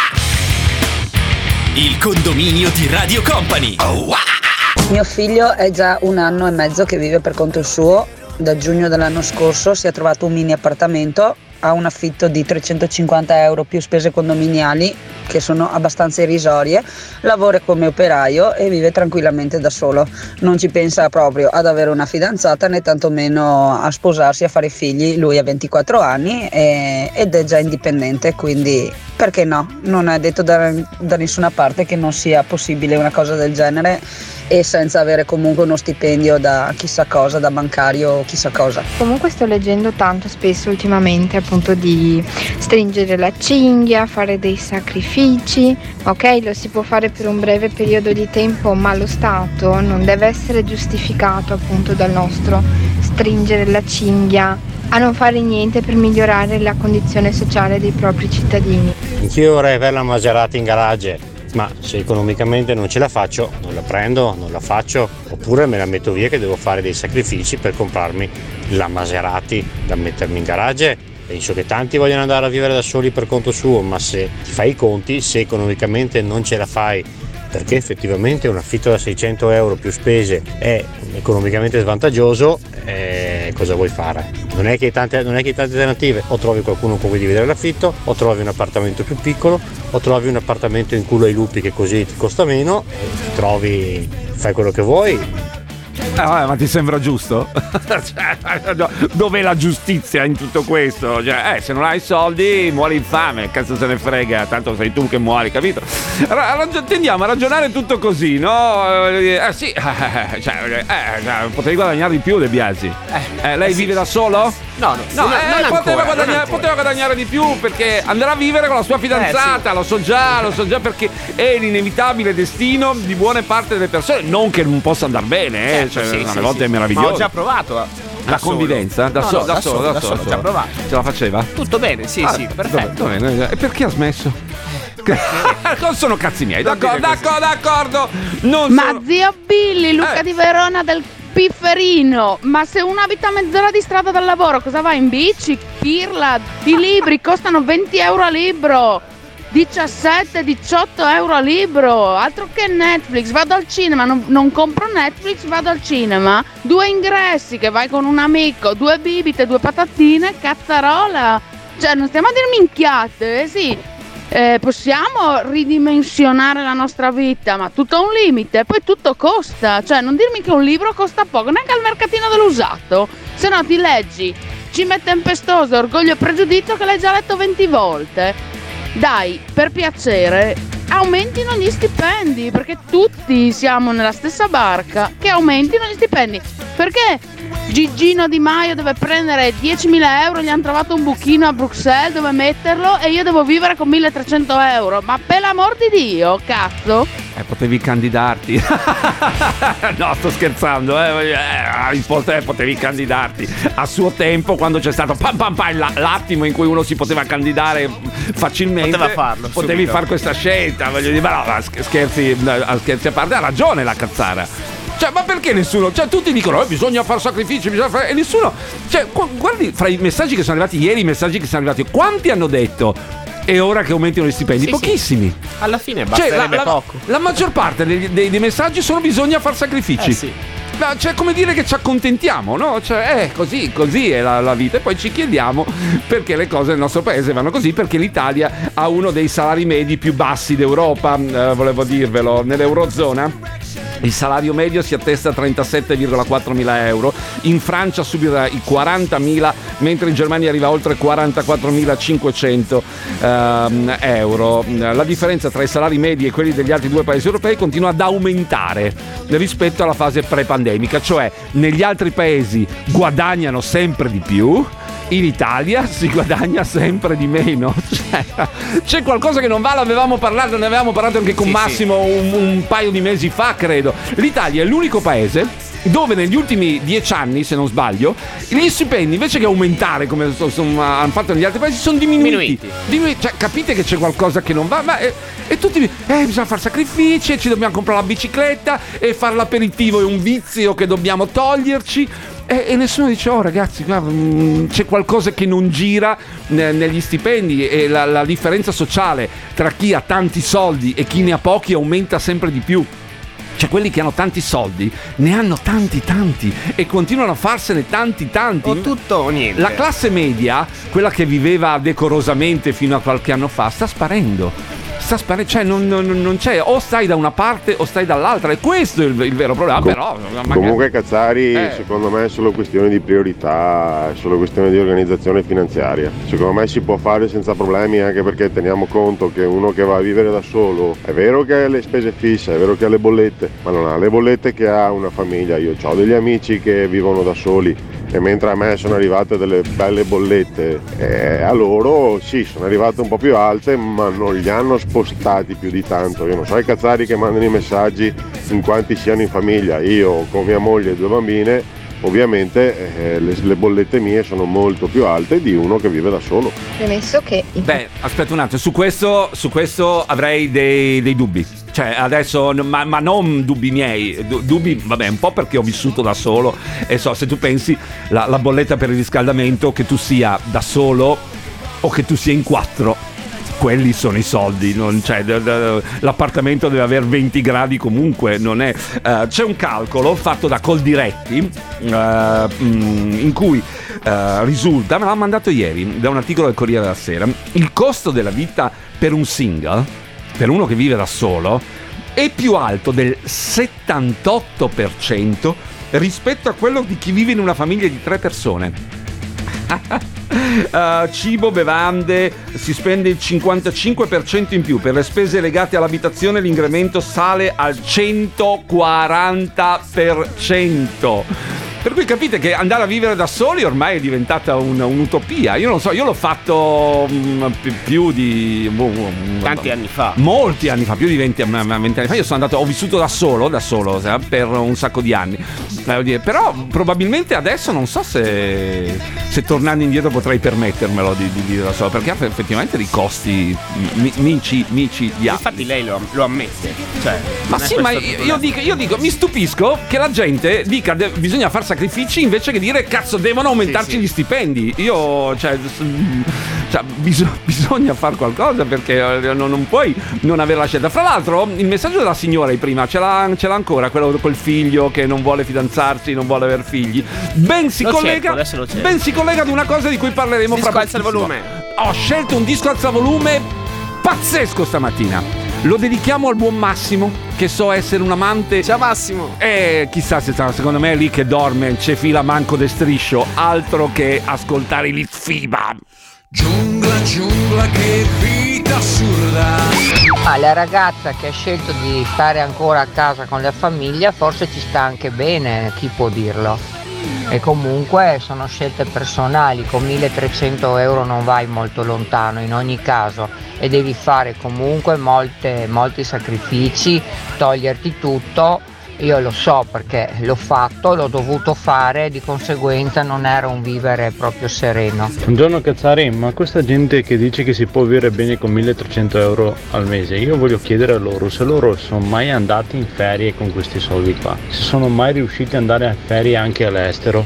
Il condominio di Radio Company. Oh, wow. Mio figlio è già un anno e mezzo che vive per conto suo. Da giugno dell'anno scorso si è trovato un mini appartamento, ha un affitto di trecentocinquanta euro più spese condominiali che sono abbastanza irrisorie, lavora come operaio e vive tranquillamente da solo. Non ci pensa proprio ad avere una fidanzata né tantomeno a sposarsi, a fare figli. Lui ha ventiquattro anni e, ed è già indipendente, quindi perché no? Non è detto da, da nessuna parte che non sia possibile una cosa del genere e senza avere comunque uno stipendio da chissà cosa, da bancario o chissà cosa. Comunque sto leggendo tanto spesso ultimamente appunto di stringere la cinghia, fare dei sacrifici, ok, lo si può fare per un breve periodo di tempo, ma lo Stato non deve essere giustificato appunto dal nostro stringere la cinghia a non fare niente per migliorare la condizione sociale dei propri cittadini. Anch'io vorrei avere la Maserati in garage, ma se economicamente non ce la faccio, non la prendo, non la faccio, oppure me la metto via che devo fare dei sacrifici per comprarmi la Maserati da mettermi in garage. Penso che tanti vogliono andare a vivere da soli per conto suo, ma se ti fai i conti, se economicamente non ce la fai, perché effettivamente un affitto da seicento euro più spese è economicamente svantaggioso, eh, cosa vuoi fare? Non è che hai tante, non è che hai tante alternative, o trovi qualcuno con cui dividere l'affitto, o trovi un appartamento più piccolo, o trovi un appartamento in culo ai lupi che così ti costa meno, e trovi, fai quello che vuoi. Eh, vabbè, ma ti sembra giusto? Cioè, dov'è la giustizia in tutto questo? Cioè, eh, se non hai soldi muori infame, cazzo se ne frega, tanto sei tu che muori, capito? Rag- tendiamo a ragionare tutto così, no? Eh sì, eh, cioè, eh, potevi guadagnare di più, De Biasi. Eh, eh, lei eh, vive sì. da solo? No, no, No, non, eh, non poteva, ancora, guadagnare, non ancora. poteva guadagnare di più perché andrà a vivere con la sua fidanzata, Eh, sì. lo so già, lo so già perché è l'inevitabile destino di buone parte delle persone, non che non possa andare bene, eh, Certo, cioè, sì, alle sì, volte sì. è meraviglioso. Ma ho già provato a- La da solo. convivenza? Da, No, so- no, da, solo, da solo, ho già provato. Ce la faceva? Tutto bene, sì, Ah, sì, perfetto. va bene. E perché ha smesso? Non sono cazzi miei, d'accordo, d'accordo, d'accordo. Non Ma sono... zio Billy, Luca Eh. di Verona del Pifferino, ma se uno abita a mezz'ora di strada dal lavoro, cosa va in bici? Pirla, i libri costano venti euro a libro, diciassette diciotto euro a libro, altro che Netflix. Vado al cinema, non, non compro Netflix, vado al cinema, due ingressi che vai con un amico, due bibite, due patatine, cazzarola. Cioè non stiamo a dire minchiate, eh sì. Eh, possiamo ridimensionare la nostra vita, ma tutto ha un limite, poi tutto costa. Cioè non dirmi che un libro costa poco, neanche al mercatino dell'usato, se no ti leggi Cime Tempestoso, Orgoglio e Pregiudizio che l'hai già letto venti volte. Dai, per piacere, aumentino gli stipendi, perché tutti siamo nella stessa barca, che aumentino gli stipendi. Perché Gigino Di Maio deve prendere diecimila euro, gli hanno trovato un buchino a Bruxelles dove metterlo e io devo vivere con milletrecento euro? Ma per l'amor di Dio, cazzo! Eh, potevi candidarti. No, sto scherzando, eh. Eh, la risposta è potevi candidarti. A suo tempo, quando c'è stato pam pam pam la- l'attimo in cui uno si poteva candidare facilmente, Poteva farlo, potevi subito. fare questa scelta. Voglio dire, ma no, ma sch- scherzi, eh, scherzi a parte, ha ragione la cazzara. Cioè, ma perché nessuno? Cioè, tutti dicono eh, bisogna fare sacrifici, bisogna fare. E nessuno. Cioè, gu- guardi fra i messaggi che sono arrivati ieri, i messaggi che sono arrivati, quanti hanno detto? E ora che aumentino gli stipendi? Sì, Pochissimi. Alla fine Cioè, la, basterebbe la- poco. la maggior parte dei, dei- dei messaggi sono bisogna fare sacrifici. Eh, sì. Ma cioè, come dire che ci accontentiamo, no? Cioè, eh, così, così è la, la vita. E poi ci chiediamo perché le cose nel nostro paese vanno così, perché l'Italia ha uno dei salari medi più bassi d'Europa, eh, volevo dirvelo, nell'Eurozona. Il salario medio si attesta a trentasette virgola quattro mila euro, in Francia supera i quarantamila, mentre in Germania arriva a oltre quarantaquattromilacinquecento ehm, euro. La differenza tra i salari medi e quelli degli altri due paesi europei continua ad aumentare rispetto alla fase pre-pandemica, cioè negli altri paesi guadagnano sempre di più, in Italia si guadagna sempre di meno. Cioè, c'è qualcosa che non va, l'avevamo parlato, ne avevamo parlato anche con Sì, Massimo sì. un, un paio di mesi fa, credo. L'Italia è l'unico paese dove negli ultimi dieci anni, se non sbaglio, gli stipendi invece che aumentare come so, so, hanno fatto negli altri paesi sono diminuiti. Diminuiti. Diminu- cioè, capite che c'è qualcosa che non va? Ma, e, e tutti eh, bisogna fare sacrifici, ci dobbiamo comprare la bicicletta e fare l'aperitivo è un vizio che dobbiamo toglierci. E, e nessuno dice, oh ragazzi, guarda, mh, c'è qualcosa che non gira ne, negli stipendi, e la, la differenza sociale tra chi ha tanti soldi e chi ne ha pochi aumenta sempre di più. Cioè, quelli che hanno tanti soldi ne hanno tanti tanti e continuano a farsene tanti tanti. O tutto o niente. La classe media, quella che viveva decorosamente fino a qualche anno fa, sta sparendo. Sta sparendo, cioè non, non, non c'è, o stai da una parte o stai dall'altra, e questo è il, il vero problema. Com- però magari... Comunque Cazzari, Eh. secondo me è solo questione di priorità, è solo questione di organizzazione finanziaria. Secondo me si può fare senza problemi, anche perché teniamo conto che uno che va a vivere da solo, è vero che ha le spese fisse, è vero che ha le bollette, ma non ha le bollette che ha una famiglia. Io ho degli amici che vivono da soli, e mentre a me sono arrivate delle belle bollette, eh, a loro sì, sono arrivate un po' più alte, ma non li hanno spostati più di tanto. Io non so i Cazzari che mandano i messaggi in quanti siano in famiglia. Io con mia moglie e due bambine, ovviamente eh, le, le bollette mie sono molto più alte di uno che vive da solo. Premesso che Beh, aspetta un attimo, su questo, su questo avrei dei, dei dubbi. Cioè, adesso, ma, ma non dubbi miei, du- dubbi, vabbè, un po' perché ho vissuto da solo e so, se tu pensi la, la bolletta per il riscaldamento, che tu sia da solo o che tu sia in quattro, quelli sono i soldi, non, cioè, d- d- l'appartamento deve avere venti gradi comunque, non è... Uh, c'è un calcolo fatto da Coldiretti uh, mm, in cui uh, risulta, me l'ha mandato ieri, da un articolo del Corriere della Sera, il costo della vita per un single, per uno che vive da solo, è più alto del settantotto per cento rispetto a quello di chi vive in una famiglia di tre persone. uh, cibo, bevande, si spende il cinquantacinque per cento in più. Per le spese legate all'abitazione l'incremento sale al centoquaranta per cento. Per cui capite che andare a vivere da soli ormai è diventata un, un'utopia. Io non so, io l'ho fatto um, pi- più di um, Tanti anni fa. Molti anni fa, più di venti, venti anni fa. Io sono andato, ho vissuto da solo, da solo eh, per un sacco di anni. Eh, però probabilmente adesso non so se, se tornando indietro potrei permettermelo di, di vivere da solo, perché effettivamente i costi mi, mici, mici di altri. Infatti lei lo, lo ammette. Cioè, Ma non è sì, ma questo il io problema. dico, io dico, mi stupisco che la gente dica de- bisogna fare sacrifici invece che dire cazzo devono aumentarci Sì, sì. gli stipendi. Io, cioè, s- cioè bis- bisogna fare qualcosa, perché eh, non, non puoi non avere la scelta. Fra l'altro il messaggio della signora di prima ce l'ha, ce l'ha ancora, quello col figlio che non vuole fidanzarsi, non vuole aver figli. Ben si Lo collega cerco, adesso lo cerco. ben si collega ad una cosa di cui parleremo Disco fra alza il pochissimo. volume. Ho scelto un disco alza volume pazzesco stamattina. Lo dedichiamo al buon Massimo, che so essere un amante. Ciao Massimo. E chissà se sta, secondo me è lì che dorme, c'è fila manco de striscio, altro che ascoltare il Fiba. Giungla, giungla, che vita assurda. Ah, la ragazza che ha scelto di stare ancora a casa con la famiglia forse ci sta anche bene, chi può dirlo? E comunque sono scelte personali, con milletrecento euro non vai molto lontano in ogni caso, e devi fare comunque molte, molti sacrifici, toglierti tutto. Io lo so perché l'ho fatto, l'ho dovuto fare, di conseguenza non era un vivere proprio sereno. Buongiorno Cazzari, ma questa gente che dice che si può vivere bene con milletrecento euro al mese, io voglio chiedere a loro se loro sono mai andati in ferie con questi soldi qua, se sono mai riusciti ad andare in ferie anche all'estero.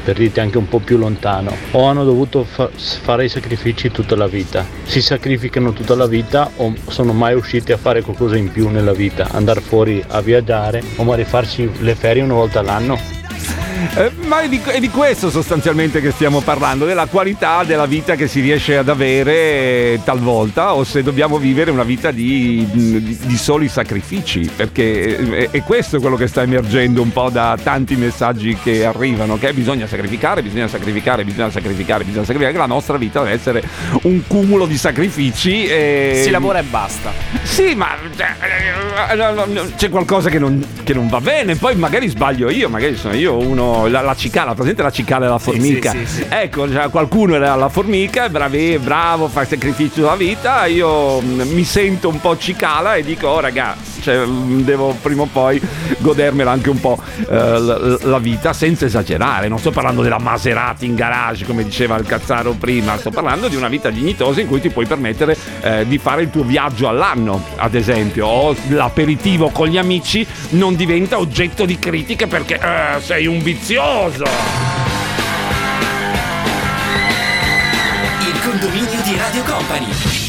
per dirti anche un po' più lontano, o hanno dovuto fa- fare i sacrifici tutta la vita? Si sacrificano tutta la vita o sono mai usciti a fare qualcosa in più nella vita, andare fuori a viaggiare o magari farsi le ferie una volta all'anno? Eh, ma è di, è di questo sostanzialmente che stiamo parlando, della qualità della vita che si riesce ad avere talvolta, o se dobbiamo vivere una vita di, di, di soli sacrifici, perché è, è questo quello che sta emergendo un po' da tanti messaggi che arrivano, che bisogna sacrificare, bisogna sacrificare, bisogna sacrificare, bisogna sacrificare, che la nostra vita deve essere un cumulo di sacrifici e... Si lavora e basta. Sì, ma c'è qualcosa che non, che non va bene, poi magari sbaglio io, magari sono io uno. La, la cicala, presente la cicala e la formica? Sì, sì, sì, sì. Ecco, cioè, qualcuno era la formica, bravi, bravo, fa sacrificio della vita. Io mh, mi sento un po' cicala e dico, oh raga, cioè, devo prima o poi godermela anche un po' eh, la, la vita, senza esagerare. Non sto parlando della Maserati in garage, come diceva il Cazzaro prima, sto parlando di una vita dignitosa in cui ti puoi permettere eh, di fare il tuo viaggio all'anno, ad esempio, o l'aperitivo con gli amici non diventa oggetto di critiche perché eh, sei un vizioso. Il condominio di Radio Company.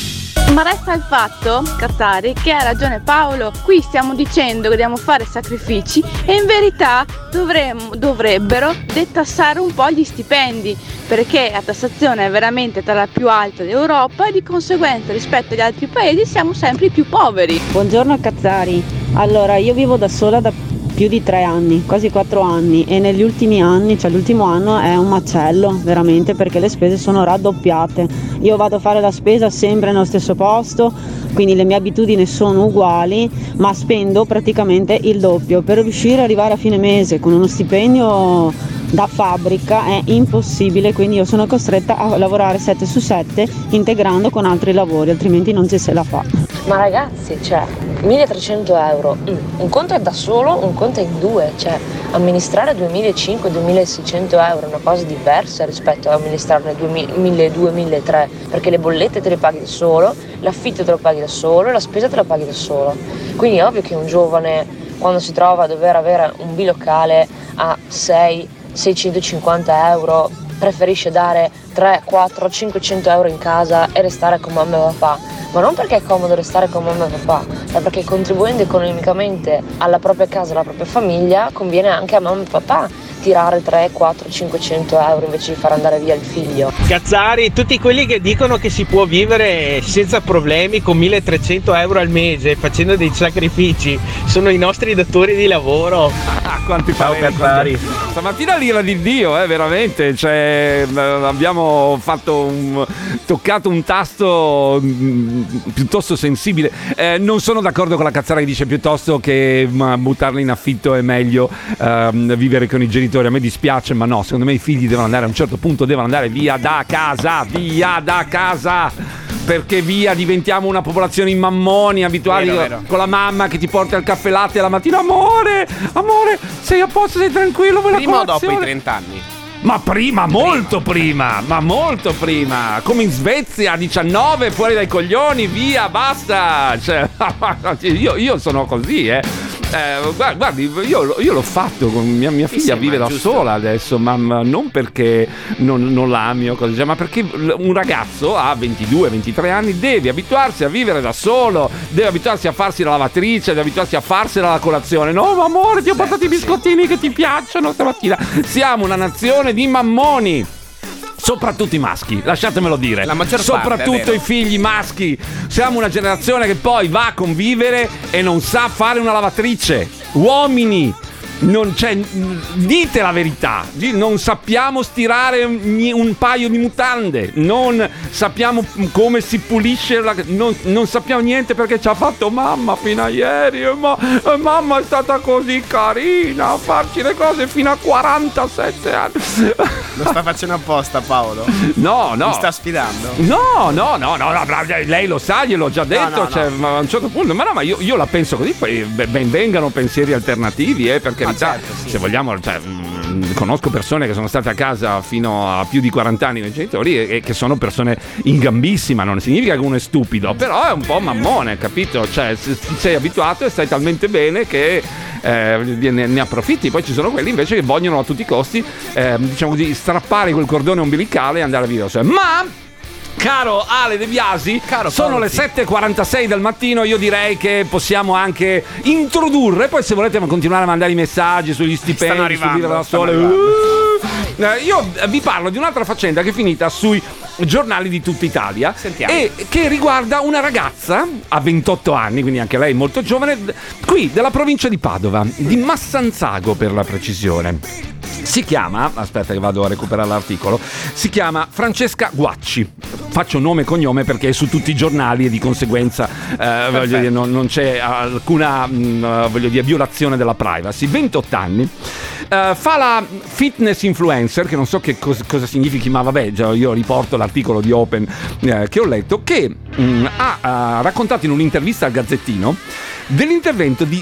Ma resta il fatto, Cazzari, che ha ragione Paolo. Qui stiamo dicendo che dobbiamo fare sacrifici e in verità dovremmo, dovrebbero detassare un po' gli stipendi, perché la tassazione è veramente tra la più alta d'Europa e di conseguenza rispetto agli altri paesi siamo sempre i più poveri. Buongiorno Cazzari. Allora, io vivo da sola da più di tre anni, quasi quattro anni, e negli ultimi anni, cioè l'ultimo anno è un macello veramente, perché le spese sono raddoppiate. Io vado a fare la spesa sempre nello stesso posto, quindi le mie abitudini sono uguali, ma spendo praticamente il doppio. Per riuscire ad arrivare a fine mese con uno stipendio da fabbrica è impossibile, quindi io sono costretta a lavorare sette su sette integrando con altri lavori, altrimenti non ci se la fa. Ma ragazzi, cioè, milletrecento euro, mm, un conto è da solo, un conto è in due, cioè amministrare duemilacinquecento duemilaseicento euro è una cosa diversa rispetto a amministrarne milleduecento milletrecento, perché le bollette te le paghi da solo, l'affitto te lo paghi da solo, la spesa te la paghi da solo. Quindi è ovvio che un giovane, quando si trova a dover avere un bilocale a sei seicentocinquanta euro, preferisce dare tre, quattro, cinquecento euro in casa e restare con mamma e papà. Ma non perché è comodo restare con mamma e papà, ma perché contribuendo economicamente alla propria casa, alla propria famiglia, conviene anche a mamma e papà tirare tre, quattro, cinquecento euro invece di far andare via il figlio. Cazzari, tutti quelli che dicono che si può vivere senza problemi con milletrecento euro al mese facendo dei sacrifici sono i nostri datori di lavoro. Ah, quanti pareri, Cazzari. Stamattina l'ira di Dio, eh, veramente, cioè abbiamo fatto un, toccato un tasto mh, piuttosto sensibile. Eh, non sono d'accordo con la Cazzara che dice piuttosto che ma, buttarli in affitto è meglio ehm, vivere con i genitori. A me dispiace, ma no, secondo me i figli devono andare a un certo punto, devono andare via da casa, via da casa, perché via diventiamo una popolazione in mammoni, abituati vero, con, vero. con la mamma che ti porta il caffè latte la mattina. Amore, amore, sei a posto, sei tranquillo, vuoi la Prima o dopo colazione? i trenta anni? Ma prima, molto prima, ma molto prima. Come in Svezia, a diciannove, fuori dai coglioni, via, basta. Cioè, io, io sono così, eh. Eh, guardi, io, io l'ho fatto con mia, mia figlia, sì, vive da giusto. sola adesso, ma, ma non perché non, non l'ami o così, ma perché un ragazzo a ventidue ventitré anni deve abituarsi a vivere da solo, deve abituarsi a farsi la lavatrice, deve abituarsi a farsela la colazione. No, amore, ti ho portato i biscottini che ti piacciono stamattina. Siamo una nazione di mammoni. Soprattutto i maschi, lasciatemelo dire. La maggior parte, soprattutto i figli maschi. Siamo una generazione che poi va a convivere e non sa fare una lavatrice. Uomini, non c'è, dite la verità, non sappiamo stirare un, un paio di mutande, non sappiamo come si pulisce la, non, non sappiamo niente perché ci ha fatto mamma fino a ieri e, ma, e mamma è stata così carina a farci le cose fino a quarantasette anni. Lo sta facendo apposta, Paolo? No, no. Mi sta sfidando? No, no, no, no, no, lei lo sa, gliel'ho già detto, No, no, cioè, no. ma a un certo punto, ma no, ma io, io la penso così, poi ben vengano pensieri alternativi, eh, per carità, certo, sì. se vogliamo, cioè, mh, conosco persone che sono state a casa fino a più di quaranta anni con i genitori e, e che sono persone in gambissima, non significa che uno è stupido, però è un po' mammone, capito? Cioè, se, ti sei abituato e stai talmente bene che eh, ne, ne approfitti. Poi ci sono quelli invece che vogliono a tutti i costi, eh, diciamo così, strappare quel cordone ombelicale e andare via. Ma caro Ale De Biasi, caro sono le sette e quarantasei del mattino, io direi che possiamo anche introdurre, poi se volete continuare a mandare i messaggi sugli stipendi, sul vivere da sole. Uh, io vi parlo di un'altra faccenda che è finita sui giornali di tutta Italia. Sentiamo. E che riguarda una ragazza a ventotto anni, quindi anche lei molto giovane, qui della provincia di Padova, di Massanzago per la precisione. Si chiama, aspetta che vado a recuperare l'articolo, si chiama Francesca Guacci. Faccio nome e cognome perché è su tutti i giornali e di conseguenza eh, voglio dire, non, non c'è alcuna mh, voglio dire, violazione della privacy. ventotto anni, eh, fa la fitness influencer, che non so che cos- cosa significhi, ma vabbè, già io riporto l'articolo di Open eh, che ho letto, che mh, ha, ha raccontato in un'intervista al Gazzettino dell'intervento di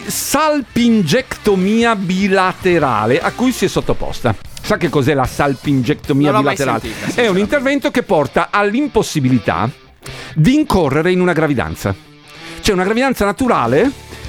salpingectomia bilaterale a cui si è sottoposta. Sa che cos'è la salpingectomia non bilaterale? Sentita, è un intervento che porta all'impossibilità di incorrere in una gravidanza. Cioè una gravidanza naturale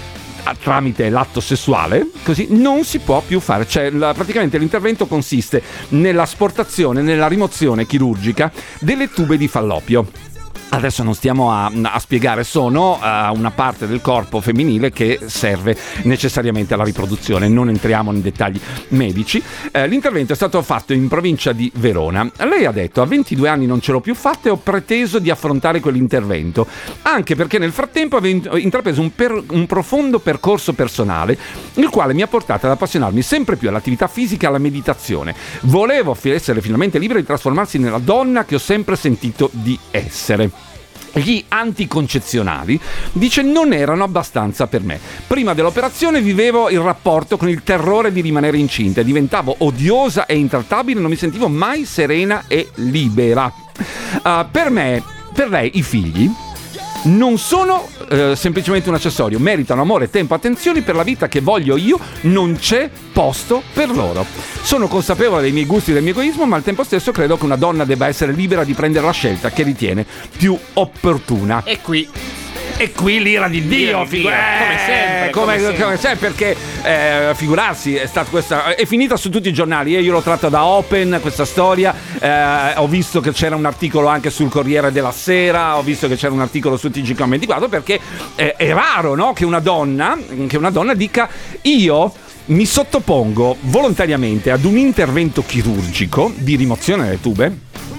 tramite l'atto sessuale, così non si può più fare. Cioè la, praticamente l'intervento consiste nell'asportazione, nella rimozione chirurgica delle tube di Fallopio. Adesso non stiamo a, a spiegare, sono uh, una parte del corpo femminile che serve necessariamente alla riproduzione, non entriamo nei dettagli medici. Uh, l'intervento è stato fatto in provincia di Verona. Lei ha detto: a ventidue anni non ce l'ho più fatta e ho preteso di affrontare quell'intervento, anche perché nel frattempo avevo intrapreso un, per, un profondo percorso personale, il quale mi ha portato ad appassionarmi sempre più all'attività fisica e alla meditazione. Volevo essere finalmente libera di trasformarsi nella donna che ho sempre sentito di essere. Gli anticoncezionali, dice, non erano abbastanza per me. Prima dell'operazione vivevo il rapporto con il terrore di rimanere incinta, diventavo odiosa e intrattabile, non mi sentivo mai serena e libera. Uh, per me, per lei, i figli non sono eh, semplicemente un accessorio, meritano amore, tempo, attenzioni per la vita che voglio io, non c'è posto per loro. Sono consapevole dei miei gusti e del mio egoismo, ma al tempo stesso credo che una donna debba essere libera di prendere la scelta che ritiene più opportuna. E qui E qui l'ira di Dio, di figu- Dio, come sempre, eh, come, come sempre. come sempre, perché eh, figurarsi, è stata questa, è finita su tutti i giornali. Io l'ho tratta da Open questa storia, eh, ho visto che c'era un articolo anche sul Corriere della Sera, ho visto che c'era un articolo su T G Com ventiquattro, perché eh, è raro, no, che una donna che una donna dica: io mi sottopongo volontariamente ad un intervento chirurgico di rimozione delle tube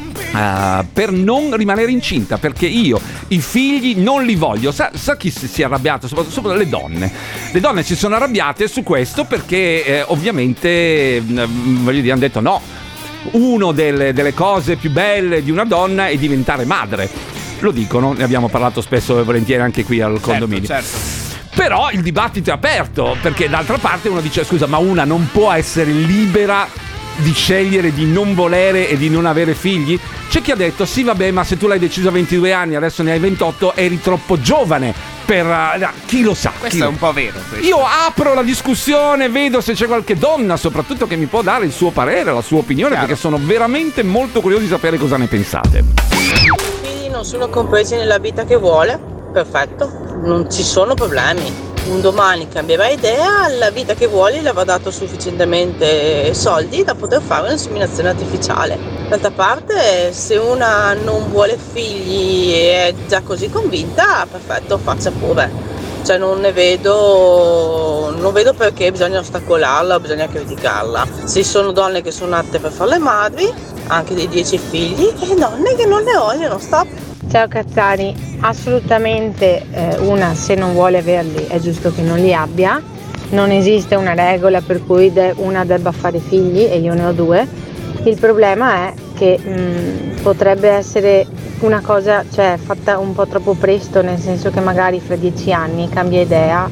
Uh, per non rimanere incinta, perché io i figli non li voglio. Sa, sa chi si è arrabbiato? Soprattutto le donne. Le donne si sono arrabbiate su questo perché eh, ovviamente eh, voglio dire, hanno detto no, una delle, delle cose più belle di una donna è diventare madre. Lo dicono, ne abbiamo parlato spesso e volentieri anche qui al condominio. Certo, certo. Però il dibattito è aperto, perché d'altra parte uno dice: scusa, ma una non può essere libera di scegliere di non volere e di non avere figli? C'è chi ha detto: sì, vabbè, ma se tu l'hai deciso a ventidue anni, adesso ne hai ventotto, eri troppo giovane per uh, chi lo sa. Questo chi è lo... un po' vero. Questo. Io apro la discussione, vedo se c'è qualche donna soprattutto che mi può dare il suo parere, la sua opinione. Chiaro. Perché sono veramente molto curioso di sapere cosa ne pensate. I figli non sono compresi nella vita che vuole, perfetto, non ci sono problemi. Un domani cambierà idea, la vita che vuole le avrà dato sufficientemente soldi da poter fare un'inseminazione artificiale. D'altra parte, se una non vuole figli e è già così convinta, perfetto, faccia pure. Cioè non ne vedo, non vedo perché bisogna ostacolarla o bisogna criticarla. Ci sono donne che sono nate per fare le madri, anche dei dieci figli, e donne che non ne vogliono, stop. Ciao Cazzari, assolutamente eh, una se non vuole averli è giusto che non li abbia, non esiste una regola per cui de- una debba fare figli e io ne ho due. Il problema è che mh, potrebbe essere una cosa, cioè, fatta un po' troppo presto, nel senso che magari fra dieci anni cambia idea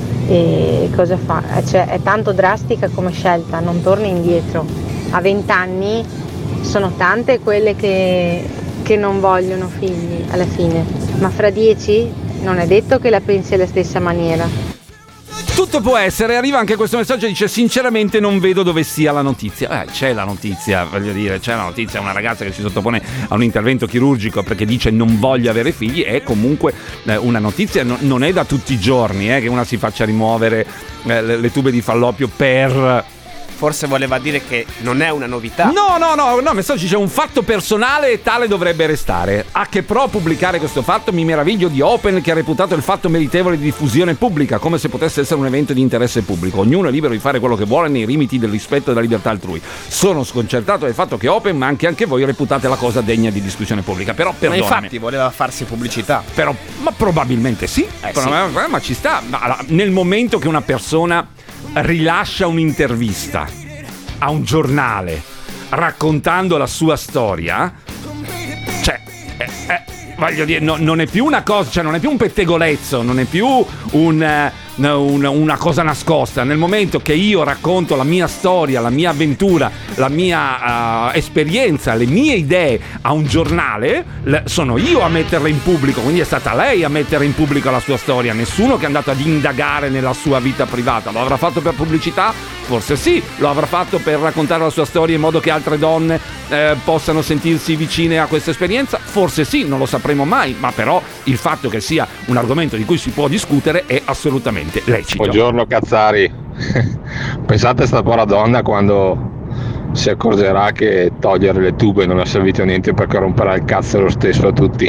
e cosa fa? Cioè, è tanto drastica come scelta, non torna indietro. A vent'anni sono tante quelle che che non vogliono figli alla fine, ma fra dieci non è detto che la pensi alla stessa maniera. Tutto può essere. Arriva anche questo messaggio, dice: sinceramente non vedo dove sia la notizia. Eh, c'è la notizia, voglio dire, c'è la notizia. Una ragazza che si sottopone a un intervento chirurgico perché dice non voglio avere figli. È comunque eh, una notizia, no, non è da tutti i giorni eh, che una si faccia rimuovere eh, le, le tube di Falloppio per... Forse voleva dire che non è una novità. No, no, no, no, messaggio c'è un fatto personale e tale dovrebbe restare. A che pro pubblicare questo fatto mi meraviglio di Open, che ha reputato il fatto meritevole di diffusione pubblica, come se potesse essere un evento di interesse pubblico. Ognuno è libero di fare quello che vuole nei limiti del rispetto della libertà altrui. Sono sconcertato del fatto che Open, ma anche anche voi, reputate la cosa degna di discussione pubblica. Però perdonami. Ma infatti voleva farsi pubblicità. Però, ma probabilmente sì. Eh, Però, sì. Ma, ma ci sta. Ma, nel momento che una persona rilascia un'intervista a un giornale raccontando la sua storia, cioè eh, eh, voglio dire, no, non è più una cosa, cioè non è più un pettegolezzo, non è più un, eh, un, una cosa nascosta. Nel momento che io racconto la mia storia, la mia avventura, la mia uh, esperienza, le mie idee a un giornale, le, sono io a metterle in pubblico, quindi è stata lei a mettere in pubblico la sua storia, nessuno che è andato ad indagare nella sua vita privata. Lo avrà fatto per pubblicità? Forse sì. Lo avrà fatto per raccontare la sua storia in modo che altre donne eh, possano sentirsi vicine a questa esperienza? Forse sì, non lo sapremo mai, ma però il fatto che sia un argomento di cui si può discutere è assolutamente lecito. Buongiorno Cazzari. Pensate a sta povera donna quando si accorgerà che togliere le tube non ha servito a niente, perché romperà il cazzo lo stesso a tutti.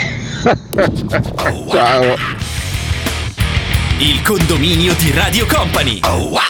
Ciao. Il condominio di Radio Company.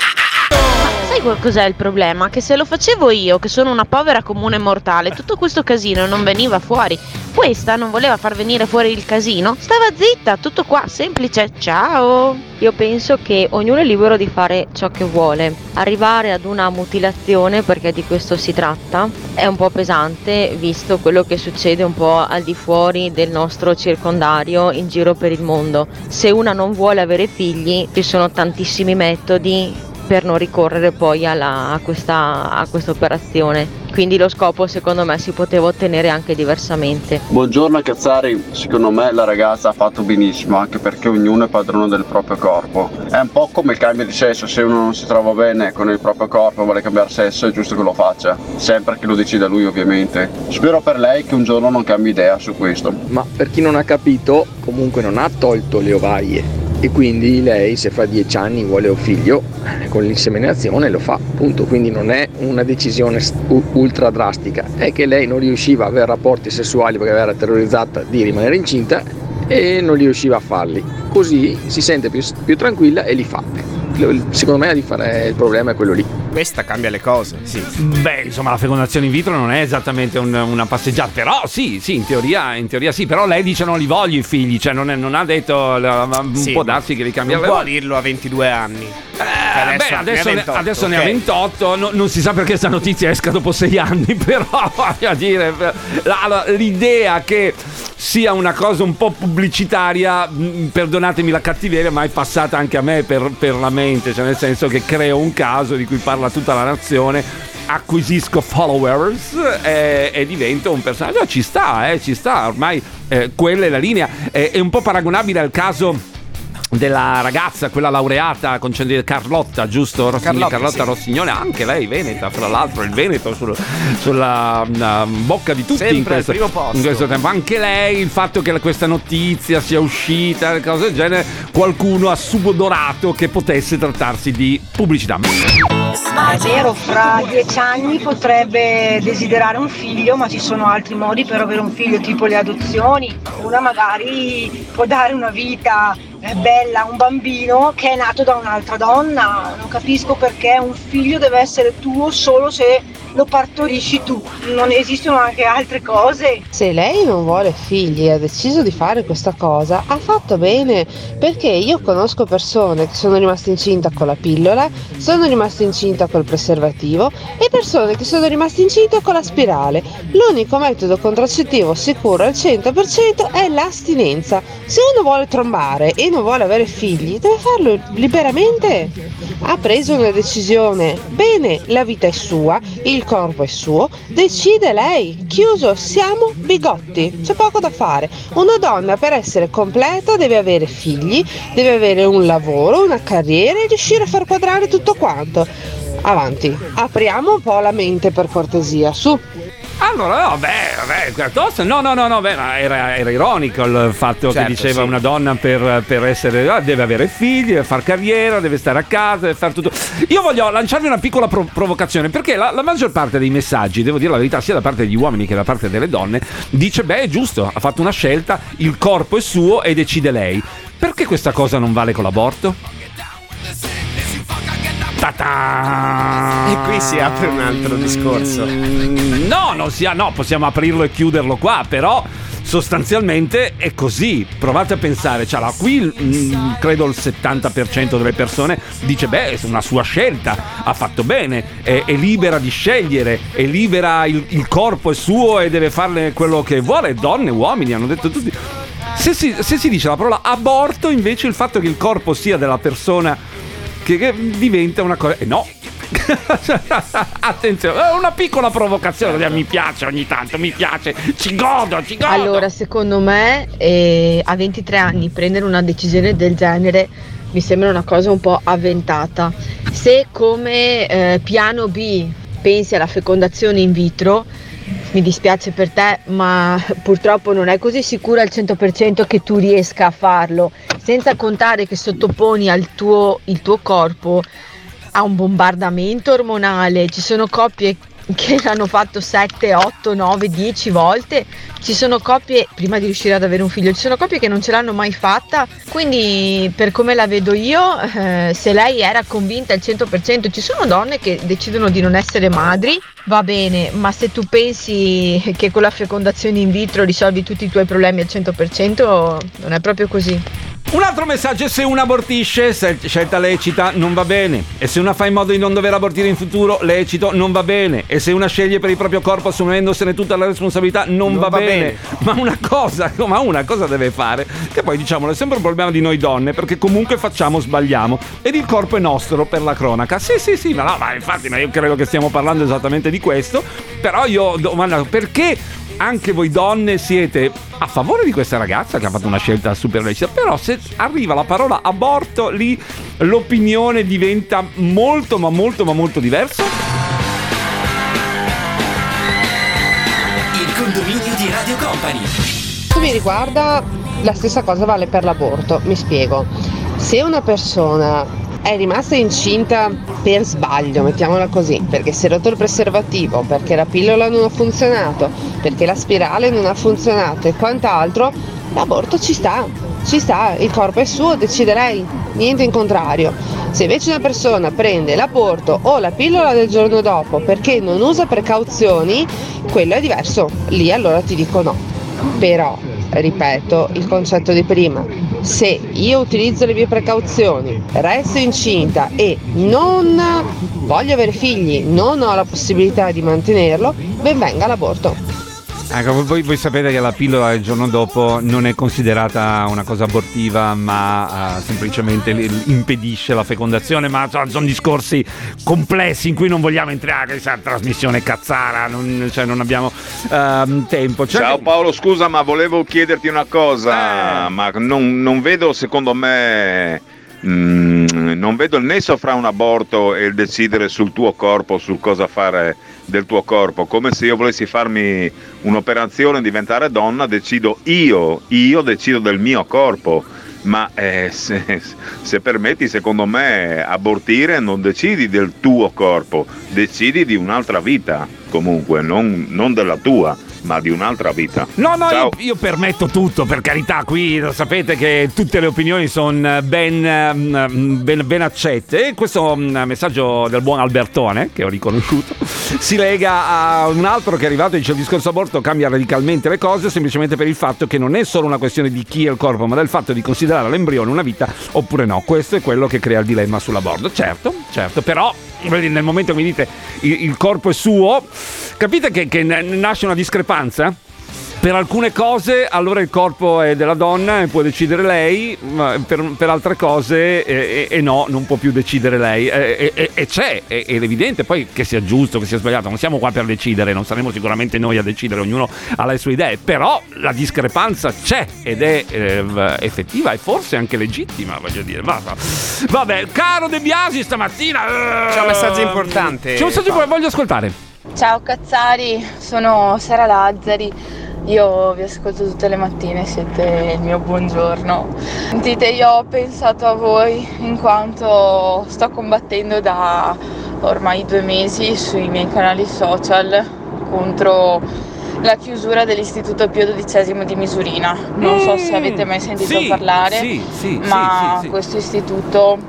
Sai qual cos'è il problema? Che se lo facevo io, che sono una povera comune mortale, tutto questo casino non veniva fuori. Questa non voleva far venire fuori il casino, stava zitta, tutto qua, semplice, ciao. Io penso che ognuno è libero di fare ciò che vuole. Arrivare ad una mutilazione, perché di questo si tratta, è un po' pesante, visto quello che succede un po' al di fuori del nostro circondario in giro per il mondo. Se una non vuole avere figli, ci sono tantissimi metodi per non ricorrere poi alla, a, questa, a questa operazione. Quindi lo scopo secondo me si poteva ottenere anche diversamente. Buongiorno Cazzari, secondo me la ragazza ha fatto benissimo, anche perché ognuno è padrone del proprio corpo. È un po' come il cambio di sesso, se uno non si trova bene con il proprio corpo e vuole cambiare sesso è giusto che lo faccia, sempre che lo decida lui ovviamente. Spero per lei che un giorno non cambi idea su questo. Ma per chi non ha capito, comunque non ha tolto le ovarie. E quindi lei, se fra dieci anni vuole un figlio, con l'inseminazione lo fa, punto. Quindi non è una decisione ultra drastica, è che lei non riusciva a avere rapporti sessuali perché era terrorizzata di rimanere incinta e non riusciva a farli. Così si sente più, più tranquilla e li fa. Secondo me il problema è quello lì. Questa cambia le cose, sì. Beh, insomma, la fecondazione in vitro non è esattamente un, una passeggiata, però sì, sì, in teoria, in teoria sì, però lei dice non li voglio i figli, cioè non, è, non ha detto, un sì, può darsi che li cambia. Non può dirlo a ventidue anni. Eh, adesso, beh, adesso, ne ventotto, adesso okay. ne ha ventotto, no, non si sa perché questa notizia esca dopo sei anni, però voglio dire, la, l'idea che sia una cosa un po' pubblicitaria, perdonatemi la cattiveria, ma è passata anche a me per, per la mente, cioè nel senso che creo un caso di cui parla tutta la nazione, acquisisco followers e, e divento un personaggio. Ci sta, eh, ci sta, ormai eh, quella è la linea. Eh, è un po' paragonabile al caso della ragazza, quella laureata con Carlotta, giusto? Rossignoli, Carlotta, Carlotta sì. Rossignoli, anche lei veneta, fra l'altro il Veneto sul, sulla uh, bocca di tutti in questo, in questo tempo. Anche lei, il fatto che questa notizia sia uscita, cose del genere, qualcuno ha subodorato che potesse trattarsi di pubblicità. È vero, fra dieci anni potrebbe desiderare un figlio, ma ci sono altri modi per avere un figlio, tipo le adozioni. Una magari può dare una vita bella a un bambino che è nato da un'altra donna. Non capisco perché un figlio deve essere tuo solo se lo partorisci tu. Non esistono anche altre cose? Se lei non vuole figli e ha deciso di fare questa cosa, ha fatto bene, perché io conosco persone che sono rimaste incinta con la pillola, sono rimaste incinta col preservativo e persone che sono rimaste incinte con la spirale. L'unico metodo contraccettivo sicuro al cento per cento è l'astinenza. Se uno vuole trombare e lei non vuole avere figli, deve farlo liberamente. Ha preso una decisione, bene, la vita è sua, il corpo è suo, decide lei. Chiuso, siamo bigotti, c'è poco da fare. Una donna per essere completa deve avere figli, deve avere un lavoro, una carriera e riuscire a far quadrare tutto quanto. Avanti, apriamo un po' la mente per cortesia, su. Allora, no, beh, beh, tosta, no, no, no, no, beh, era, era ironico il fatto Certo, che diceva sì. una donna per, per essere, ah, deve avere figli, deve fare carriera, deve stare a casa, deve fare tutto. Io voglio lanciarvi una piccola pro- provocazione, perché la, la maggior parte dei messaggi, devo dire la verità, sia da parte degli uomini che da parte delle donne, dice, beh, è giusto, ha fatto una scelta, il corpo è suo e decide lei. Perché questa cosa non vale con l'aborto? Ta-ta! E qui si apre un altro discorso. No, non si ha, no, possiamo aprirlo e chiuderlo qua, però sostanzialmente è così. Provate a pensare, cioè, là, qui mh, credo il settanta per cento delle persone dice, beh, è una sua scelta, ha fatto bene, è, è libera di scegliere, è libera, il, il corpo è suo e deve farle quello che vuole. Donne, uomini, hanno detto tutti. Se si, se si dice la parola aborto, invece il fatto che il corpo sia della persona che, che diventa una cosa, eh, no. Attenzione, è una piccola provocazione, mi piace ogni tanto, mi piace, ci godo, ci godo. Allora, secondo me, eh, a ventitré anni prendere una decisione del genere mi sembra una cosa un po' avventata. Se come eh, piano B pensi alla fecondazione in vitro, mi dispiace per te, ma purtroppo non è così sicura al cento per cento che tu riesca a farlo, senza contare che sottoponi al tuo, il tuo corpo a un bombardamento ormonale. Ci sono coppie che l'hanno fatto sette, otto, nove, dieci volte, ci sono coppie, prima di riuscire ad avere un figlio, ci sono coppie che non ce l'hanno mai fatta, quindi per come la vedo io, eh, se lei era convinta al cento per cento, ci sono donne che decidono di non essere madri, va bene, ma se tu pensi che con la fecondazione in vitro risolvi tutti i tuoi problemi al cento per cento, non è proprio così. Un altro messaggio è: se una abortisce, se scelta lecita, non va bene. E se una fa in modo di non dover abortire in futuro, lecito, non va bene. E se una sceglie per il proprio corpo assumendosene tutta la responsabilità, non, non va, va bene. bene. Ma una cosa, ma una cosa deve fare, che poi diciamolo, è sempre un problema di noi donne, perché comunque facciamo, sbagliamo. Ed il corpo è nostro, per la cronaca. Sì, sì, sì, ma no, ma infatti, ma io credo che stiamo parlando esattamente di questo. Però io domando, perché anche voi donne siete a favore di questa ragazza che ha fatto una scelta super lecita, però se arriva la parola aborto, lì l'opinione diventa molto ma molto ma molto diversa. Il condominio di Radio Company. Se mi riguarda, la stessa cosa vale per l'aborto. Mi spiego. Se una persona è rimasta incinta per sbaglio, mettiamola così, perché si è rotto il preservativo, perché la pillola non ha funzionato, perché la spirale non ha funzionato e quant'altro, l'aborto ci sta, ci sta, il corpo è suo, decide lei, niente in contrario. Se invece una persona prende l'aborto o la pillola del giorno dopo perché non usa precauzioni, quello è diverso, lì allora ti dico no. Però, ripeto il concetto di prima, se io utilizzo le mie precauzioni, resto incinta e non voglio avere figli, non ho la possibilità di mantenerlo, ben venga l'aborto. Ecco, voi, voi sapete che la pillola del giorno dopo non è considerata una cosa abortiva, ma uh, semplicemente impedisce la fecondazione, ma sono, sono discorsi complessi in cui non vogliamo entrare, questa trasmissione cazzara, non, cioè non abbiamo uh, tempo. Cioè, ciao Paolo, scusa, ma volevo chiederti una cosa, eh. ma non, non vedo, secondo me, mh, non vedo il nesso fra un aborto e il decidere sul tuo corpo, su cosa fare del tuo corpo, come se io volessi farmi un'operazione, diventare donna, decido io, io decido del mio corpo, ma eh, se, se permetti, secondo me abortire non decidi del tuo corpo, decidi di un'altra vita, comunque, non, non della tua, ma di un'altra vita. No, no, io, io permetto tutto, per carità, qui lo sapete che tutte le opinioni sono ben, ben, ben accette. E questo messaggio del buon Albertone, che ho riconosciuto, si lega a un altro che è arrivato e dice: il discorso aborto cambia radicalmente le cose, semplicemente per il fatto che non è solo una questione di chi è il corpo, ma del fatto di considerare l'embrione una vita oppure no. Questo è quello che crea il dilemma sull'aborto. Certo, certo, però nel momento che mi dite il, il corpo è suo, capite che, che nasce una discrepanza? Per alcune cose allora il corpo è della donna e può decidere lei, ma per, per altre cose e, e, e no, non può più decidere lei. E, e, e c'è, è, è evidente, poi che sia giusto, che sia sbagliato, non siamo qua per decidere, non saremo sicuramente noi a decidere, ognuno ha le sue idee, però la discrepanza c'è ed è eh, effettiva e forse anche legittima, voglio dire. Basta. Vabbè, caro De Biasi stamattina... C'è un messaggio importante. C'è un messaggio che voglio ascoltare. Ciao Cazzari, sono Sara Lazzari, io vi ascolto tutte le mattine, siete il mio buongiorno. Sentite, io ho pensato a voi in quanto sto combattendo da ormai due mesi sui miei canali social contro la chiusura dell'Istituto Pio dodicesimo di Misurina. Non so se avete mai sentito sì, parlare, sì, sì, ma sì, sì, sì. questo istituto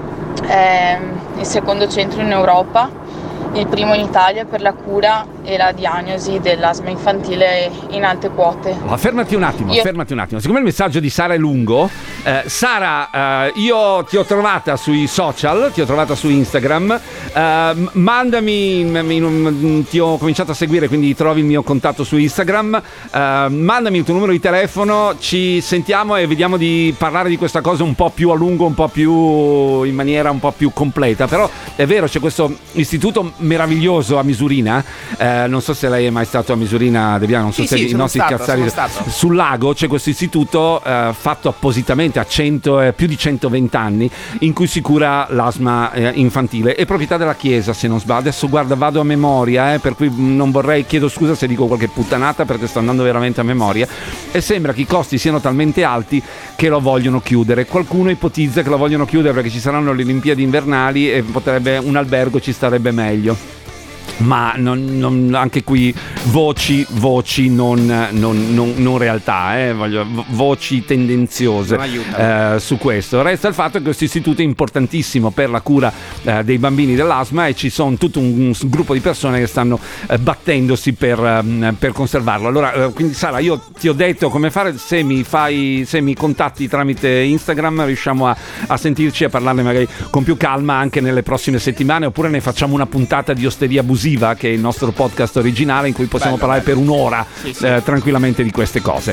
è il secondo centro in Europa, il primo in Italia per la cura e la diagnosi dell'asma infantile in alte quote. Ma fermati un attimo, Io... fermati un attimo. Siccome il messaggio di Sara è lungo, eh, Sara, eh, io ti ho trovata sui social, ti ho trovata su Instagram, eh, mandami, m- ti ho cominciato a seguire, quindi trovi il mio contatto su Instagram, eh, mandami il tuo numero di telefono, ci sentiamo e vediamo di parlare di questa cosa un po' più a lungo, un po' più in maniera un po' più completa. Però è vero, c'è questo istituto meraviglioso a Misurina, eh, non so se lei è mai stato a Misurina, Debiano, non so Sì, se sì, i sono nostri stato, cazzari sono stato. sul lago c'è questo istituto eh, fatto appositamente a cento, eh, più di centoventi anni, in cui si cura l'asma eh, infantile. È proprietà della Chiesa, se non sbaglio. Adesso guarda, vado a memoria, eh, per cui non vorrei, chiedo scusa se dico qualche puttanata perché sto andando veramente a memoria, e sembra che i costi siano talmente alti che lo vogliono chiudere. Qualcuno ipotizza che lo vogliono chiudere perché ci saranno le Olimpiadi invernali e potrebbe un albergo ci starebbe meglio. Ma non, non, anche qui voci, voci non, non, non, non realtà, eh, voglio, voci tendenziose eh, su questo. Resta il fatto che questo istituto è importantissimo per la cura eh, dei bambini dell'asma e ci sono tutto un, un gruppo di persone che stanno eh, battendosi per, eh, per conservarlo. Allora, eh, quindi Sara, io ti ho detto come fare, se mi fai, se mi contatti tramite Instagram riusciamo a, a sentirci e a parlarne magari con più calma anche nelle prossime settimane, oppure ne facciamo una puntata di Osteria Abusiva, che è il nostro podcast originale in cui possiamo bello, parlare bello. per un'ora sì, sì. Eh, tranquillamente di queste cose.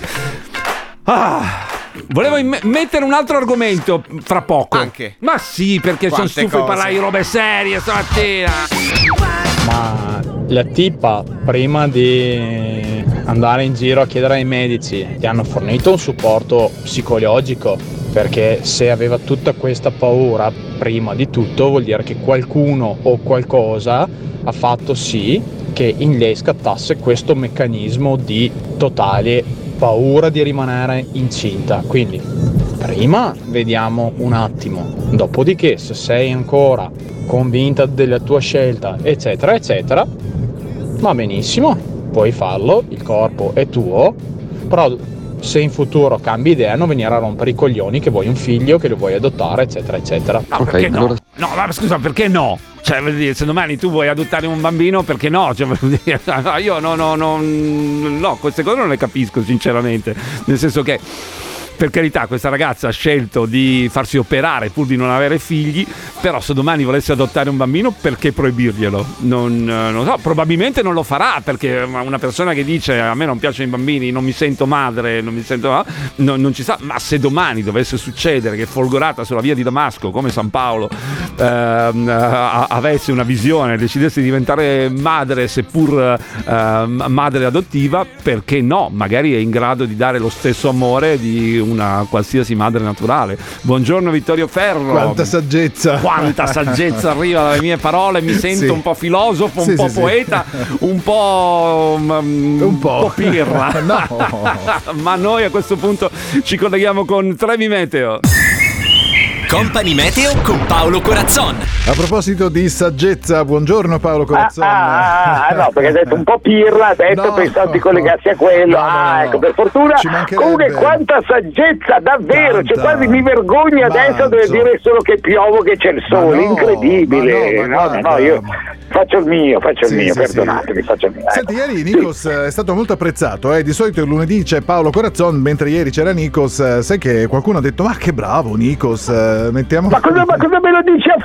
Ah, volevo im- mettere un altro argomento fra poco. Anche? Ma sì, perché sono stufo di parlare di robe serie stamattina. Ma la tipa, prima di andare in giro a chiedere ai medici, ti hanno fornito un supporto psicologico? Perché se aveva tutta questa paura, prima di tutto vuol dire che qualcuno o qualcosa ha fatto sì che in lei scattasse questo meccanismo di totale paura di rimanere incinta. Quindi prima vediamo un attimo, dopodiché se sei ancora convinta della tua scelta eccetera eccetera, va benissimo, puoi farlo, il corpo è tuo, però se in futuro cambi idea non venire a rompere i coglioni che vuoi un figlio, che lo vuoi adottare eccetera eccetera. No, okay, perché no? Allora... No, ma scusa, perché no? Cioè, vuol dire, se domani tu vuoi adottare un bambino, perché no? Cioè, vuol dire, io no, no, no, no, queste cose non le capisco sinceramente, nel senso che, per carità, questa ragazza ha scelto di farsi operare pur di non avere figli, però se domani volesse adottare un bambino, perché proibirglielo? Non, non so, probabilmente non lo farà, perché una persona che dice a me non piacciono i bambini, non mi sento madre, non mi sento, no, non ci sta. Ma se domani dovesse succedere che folgorata sulla via di Damasco come San Paolo ehm, avesse una visione, decidesse di diventare madre, seppur ehm, madre adottiva, perché no? Magari è in grado di dare lo stesso amore di una qualsiasi madre naturale. Buongiorno Vittorio Ferro. Quanta saggezza. Quanta saggezza arriva dalle mie parole, mi sento sì. un po' filosofo, un sì, po' sì, poeta, sì. un po' um, un, un po', po' pirla. No. Ma noi a questo punto ci colleghiamo con Trevi Meteo. Company Meteo con Paolo Corazzon. A proposito di saggezza, buongiorno Paolo Corazzon. Ah, ah, no, perché hai detto un po' pirla, ha detto no, pensavo di collegarsi a quello. No, ah, no, ecco, per fortuna. Comunque quanta saggezza, davvero, cioè quasi mi vergogno adesso di dire solo che piovo, che c'è il sole, no, incredibile. No, no, no, no, io faccio il mio, faccio sì, il mio, sì, perdonatemi, sì. faccio il mio. Senti, ecco. ieri Nikos sì. è stato molto apprezzato, eh? Di solito il lunedì c'è Paolo Corazzon, mentre ieri c'era Nikos. Sai che qualcuno ha detto ma che bravo Nikos, mettiamo... Ma cosa, ma cosa me lo dici a fare? Ma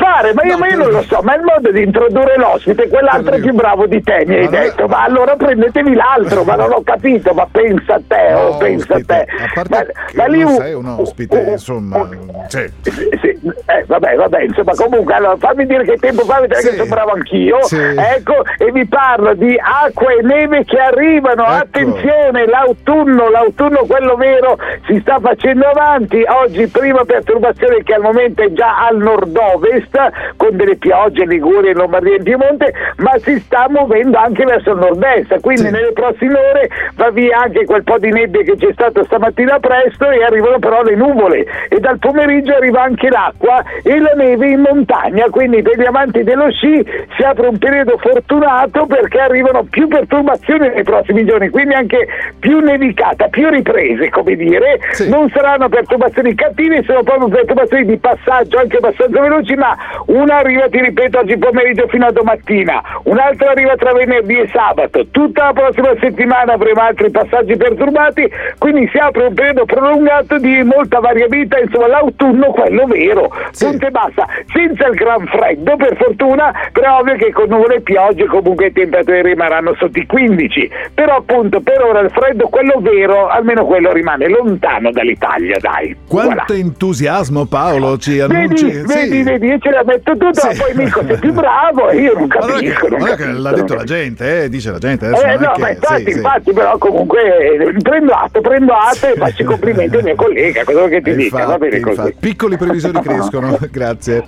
io, no, ma io per... non lo so, ma il modo di introdurre l'ospite, quell'altro è più bravo di te, mi hai ma detto, non... ma allora prendetevi l'altro, ma non ho capito, ma pensa a te, no, oh, pensa ospite. a te. A parte ma, che ma lì non un... sei un ospite, insomma, sì. Sì, sì, eh, vabbè, vabbè, insomma, comunque, allora, fammi dire che tempo fa, vedrai sì. che sono bravo anch'io, sì. ecco, e vi parlo di acqua e neve che arrivano, ecco. Attenzione, l'autunno, l'autunno quello vero si sta facendo avanti, oggi prima perturbazione che al momento è già al nord-ovest, con delle piogge in Liguria, in Lombardia e in Piemonte, ma si sta muovendo anche verso il nord-est, quindi sì. nelle prossime ore va via anche quel po' di nebbia che c'è stato stamattina presto e arrivano però le nuvole e dal pomeriggio arriva anche l'acqua e la neve in montagna, quindi per gli amanti dello sci si apre un periodo fortunato perché arrivano più perturbazioni nei prossimi giorni, quindi anche più nevicata, più riprese, come dire, sì. non saranno perturbazioni cattive, sono proprio perturbazioni di passaggio anche abbastanza veloci, ma una arriva, ti ripeto, oggi pomeriggio fino a domattina, un'altra arriva tra venerdì e sabato, tutta la prossima settimana avremo altri passaggi perturbati, quindi si apre un periodo prolungato di molta variabilità, insomma l'autunno quello vero, sì. punto e basta, senza il gran freddo per fortuna, però ovvio che con nuvole e piogge comunque le temperature rimarranno sotto i quindici, però appunto per ora il freddo quello vero, almeno quello rimane lontano dall'Italia, dai. Quanto voilà. entusiasmo Paolo ci annunci. Vedi, sì. vedi, vedi, io ce la metto tutta, sì. ma poi Nico sei più bravo e io non capisco. Ma non che, capisco, l'ha detto la gente, eh, dice la gente. Adesso eh, non no, è che, ma infatti, sì, infatti, sì. però comunque prendo atto, prendo atto e faccio i complimenti al mio collega, cosa che ti infatti, dica, va bene così. Infatti. Piccoli previsori crescono, grazie.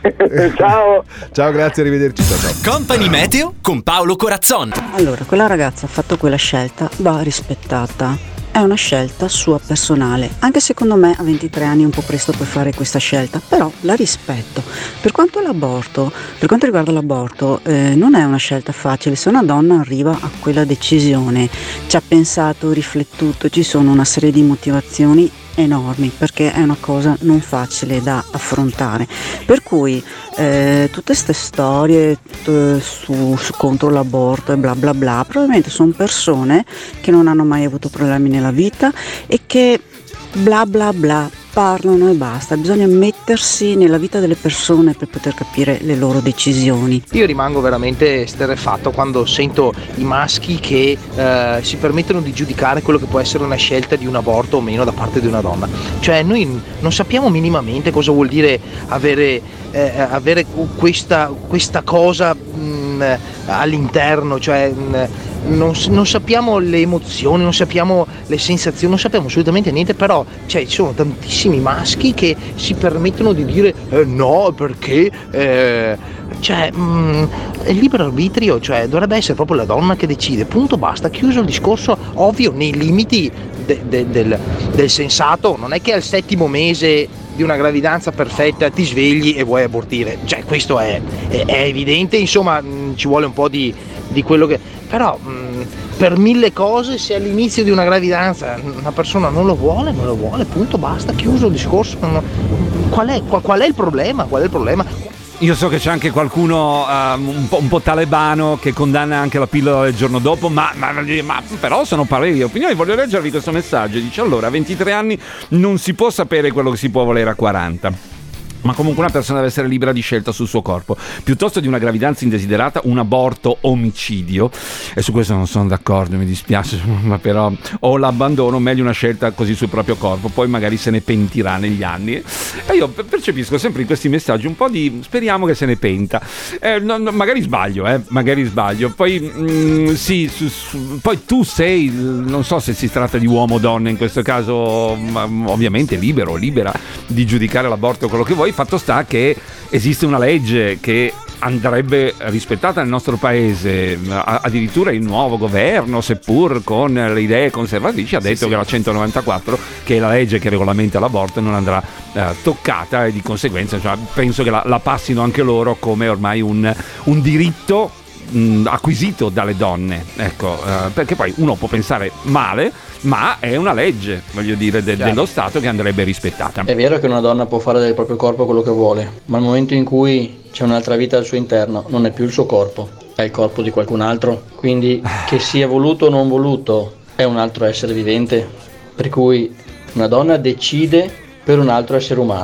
Ciao. Ciao, grazie, arrivederci. Ciao, ciao. Company Meteo con Paolo Corazzon. Allora, quella ragazza ha fatto quella scelta, va rispettata. È una scelta sua personale, anche secondo me a ventitré anni è un po' presto per fare questa scelta, però la rispetto. Per quanto l'aborto, per quanto riguarda l'aborto, eh, non è una scelta facile. Se una donna arriva a quella decisione, ci ha pensato, riflettuto, ci sono una serie di motivazioni enormi, perché è una cosa non facile da affrontare, per cui eh, tutte queste storie t- su, su contro l'aborto e bla bla bla probabilmente sono persone che non hanno mai avuto problemi nella vita e che bla bla bla parlano e basta. Bisogna mettersi nella vita delle persone per poter capire le loro decisioni. Io rimango veramente esterrefatto quando sento i maschi che eh, si permettono di giudicare quello che può essere una scelta di un aborto o meno da parte di una donna. Cioè noi non sappiamo minimamente cosa vuol dire avere, eh, avere questa, questa cosa mh, all'interno, cioè mh, Non, non sappiamo le emozioni, non sappiamo le sensazioni, non sappiamo assolutamente niente, però cioè, ci sono tantissimi maschi che si permettono di dire eh, no perché eh, cioè mh, il libero arbitrio, cioè dovrebbe essere proprio la donna che decide, punto, basta, chiuso il discorso, ovvio nei limiti de, de, del, del sensato. Non è che al settimo mese di una gravidanza perfetta ti svegli e vuoi abortire, cioè questo è, è, è evidente, insomma mh, ci vuole un po' di, di quello che... Però mh, per mille cose, se all'inizio di una gravidanza una persona non lo vuole, non lo vuole, punto, basta, chiuso il discorso. Non, qual, è, qual, qual è il problema? Qual è il problema? Io so che c'è anche qualcuno uh, un, po', un po' talebano che condanna anche la pillola del giorno dopo, ma, ma, ma però sono pareri e opinioni. Voglio leggervi questo messaggio. Dice: allora, a ventitré anni non si può sapere quello che si può volere a quaranta. Ma comunque una persona deve essere libera di scelta sul suo corpo. Piuttosto di una gravidanza indesiderata, un aborto, omicidio. E su questo non sono d'accordo, mi dispiace, ma però o l'abbandono, meglio una scelta così sul proprio corpo, poi magari se ne pentirà negli anni. E io percepisco sempre in questi messaggi un po' di speriamo che se ne penta. Eh, no, no, magari sbaglio, eh, magari sbaglio. Poi mh, sì, su, su, poi tu sei, non so se si tratta di uomo o donna in questo caso, ma, ovviamente libero, libera di giudicare l'aborto quello che vuoi. Fatto sta che esiste una legge che andrebbe rispettata nel nostro paese, addirittura il nuovo governo, seppur con le idee conservatrici, ha detto sì, sì. che la centonovantaquattro, che è la legge che regolamenta l'aborto, non andrà eh, toccata, e di conseguenza cioè, penso che la, la passino anche loro come ormai un, un diritto mh, acquisito dalle donne, ecco, eh, perché poi uno può pensare male, ma è una legge, voglio dire, de- dello Stato che andrebbe rispettata. È vero che una donna può fare del proprio corpo quello che vuole, ma al momento in cui c'è un'altra vita al suo interno non è più il suo corpo, è il corpo di qualcun altro, quindi che sia voluto o non voluto è un altro essere vivente, per cui una donna decide per un altro essere umano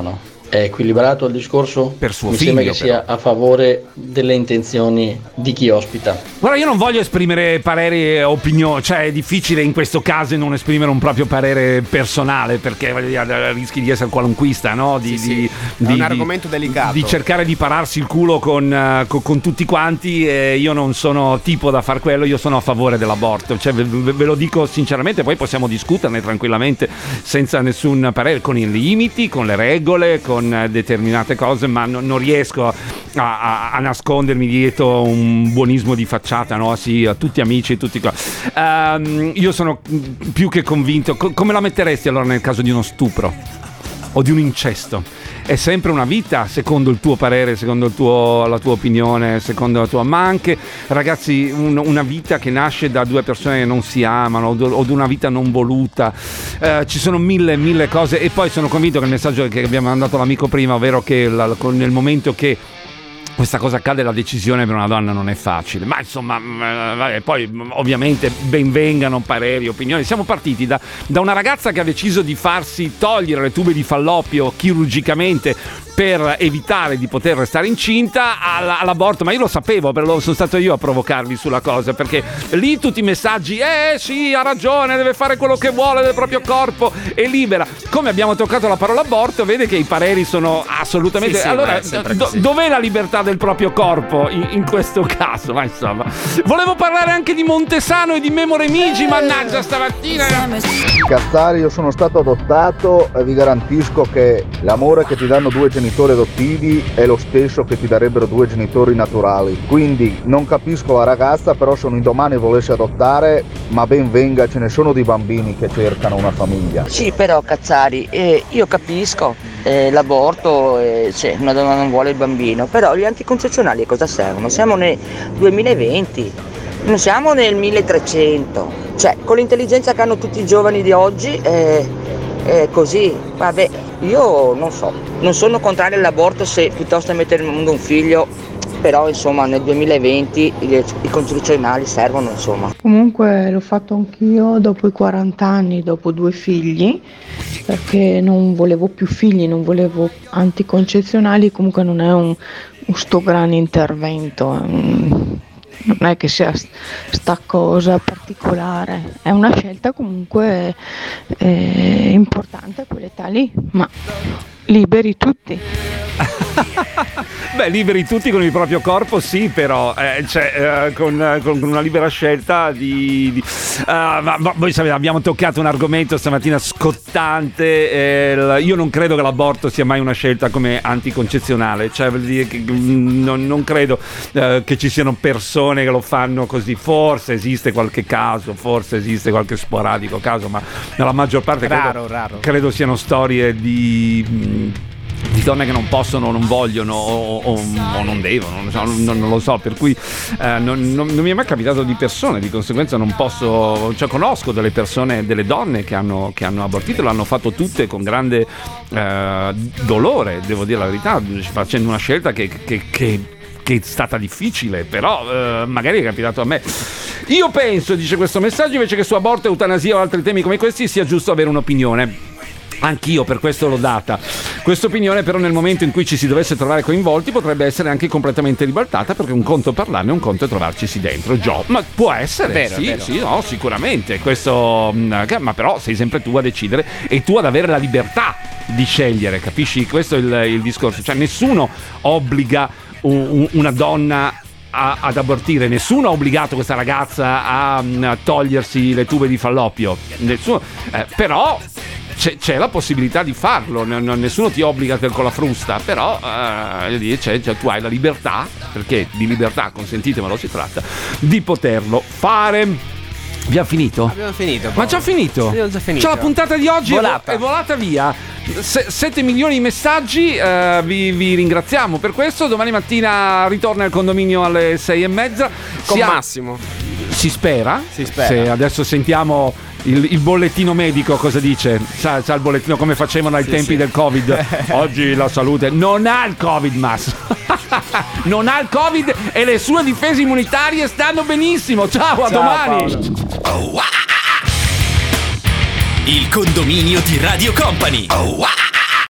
È equilibrato il discorso? Per suo Mi figlio, sembra che sia a favore delle intenzioni di chi ospita. Guarda, io non voglio esprimere pareri e opinioni, cioè è difficile in questo caso non esprimere un proprio parere personale, perché voglio dire, rischi di essere qualunquista, no? Di, Sì, sì. di, È di, un argomento delicato. Di cercare di pararsi il culo con, uh, con, con tutti quanti, e io non sono tipo da far quello, io sono a favore dell'aborto, cioè ve, ve lo dico sinceramente, poi possiamo discuterne tranquillamente senza nessun parere, con i limiti, con le regole, con determinate cose, ma no, non riesco a, a, a nascondermi dietro un buonismo di facciata, no? Sì, a tutti amici, tutti qua. Um, io sono più che convinto. Co- come la metteresti allora nel caso di uno stupro o di un incesto? È sempre una vita, secondo il tuo parere, secondo il tuo, la tua opinione, secondo la tua, ma anche, ragazzi, un, una vita che nasce da due persone che non si amano, o di una vita non voluta. Eh, ci sono mille, mille cose, e poi sono convinto che il messaggio che abbiamo mandato l'amico prima, ovvero che la, nel momento che questa cosa accade, la decisione per una donna non è facile, ma insomma, vabbè, poi ovviamente ben vengano pareri, opinioni. Siamo partiti da, da una ragazza che ha deciso di farsi togliere le tube di falloppio chirurgicamente per evitare di poter restare incinta, alla, all'aborto, ma io lo sapevo, però sono stato io a provocarvi sulla cosa, perché lì tutti i messaggi, eh sì, ha ragione, deve fare quello che vuole del proprio corpo, è libera. Come abbiamo toccato la parola aborto, vede che i pareri sono assolutamente... Sì, sì, allora, do, dov'è la libertà del proprio corpo in, in questo caso? Ma insomma, volevo parlare anche di Montesano e di Memo Remigi, mannaggia stamattina. Cazzari, io sono stato adottato e vi garantisco che l'amore che ti danno due genitori adottivi è lo stesso che ti darebbero due genitori naturali, quindi non capisco la ragazza, però se un indomani volesse adottare, ma ben venga, ce ne sono di bambini che cercano una famiglia. Sì, però Cazzari, eh, io capisco eh, l'aborto, eh, se una donna non vuole il bambino, però gli anticoncezionali a cosa servono? Siamo nel duemilaventi, non siamo nel milletrecento, cioè con l'intelligenza che hanno tutti i giovani di oggi è, è così, vabbè, io non so, non sono contrario all'aborto se piuttosto che mettere nel mondo un figlio, però insomma nel duemilaventi i, i concezionali servono, insomma. Comunque l'ho fatto anch'io dopo i quaranta anni, dopo due figli, perché non volevo più figli, non volevo anticoncezionali, comunque non è un, un sto gran intervento, è un, non è che sia sta cosa particolare, è una scelta comunque eh, importante a quell'età lì, ma liberi tutti. Beh, liberi tutti con il proprio corpo, sì, però eh, cioè, eh, con, con una libera scelta di, di uh, ma, ma voi sapete, abbiamo toccato un argomento stamattina scottante, eh, io non credo che l'aborto sia mai una scelta come anticoncezionale, cioè vuol dire che non, non credo eh, che ci siano persone che lo fanno così, forse esiste qualche caso, forse esiste qualche sporadico caso, ma nella maggior parte raro, credo, raro. credo siano storie di di donne che non possono, non vogliono o, o, o non devono, non, non, non lo so, per cui eh, non, non, non mi è mai capitato di persone, di conseguenza non posso, cioè conosco delle persone, delle donne che hanno, che hanno abortito, l'hanno fatto tutte con grande eh, dolore, devo dire la verità, facendo una scelta che, che, che che è stata difficile, però eh, magari è capitato a me. Io penso, dice questo messaggio, invece che su aborto, eutanasia o altri temi come questi sia giusto avere un'opinione. Anch'io per questo l'ho data. Questa opinione però nel momento in cui ci si dovesse trovare coinvolti potrebbe essere anche completamente ribaltata, perché un conto è parlarne, un conto è trovarcisi dentro. Gio, ma può essere, vero, sì, vero. sì, no, sicuramente. Questo, ma però sei sempre tu a decidere e tu ad avere la libertà di scegliere, capisci? Questo è il, il discorso. Cioè nessuno obbliga un, una donna A, ad abortire, nessuno ha obbligato questa ragazza a, a togliersi le tube di falloppio, nessuno, eh, però c'è, c'è la possibilità di farlo, n- n- nessuno ti obbliga con la frusta, però eh, c'è, c'è, tu hai la libertà, perché di libertà, consentitemelo, si tratta, di poterlo fare. Abbiamo finito? Abbiamo finito. Ma già finito? Abbiamo già finito. Cioè la puntata di oggi volata. È, vo- è volata via. sette milioni di messaggi, eh, vi, vi ringraziamo per questo. Domani mattina ritorna al condominio alle sei e mezza. Con si ha- Massimo. Si spera. Si spera. Se adesso sentiamo il, il bollettino medico cosa dice. Sa, sa il bollettino come facevano ai Sì, tempi sì. del Covid. Oggi la salute non ha il Covid, Mass. Non ha il Covid e le sue difese immunitarie stanno benissimo. Ciao, a Ciao, domani. Il condominio di Radio Company.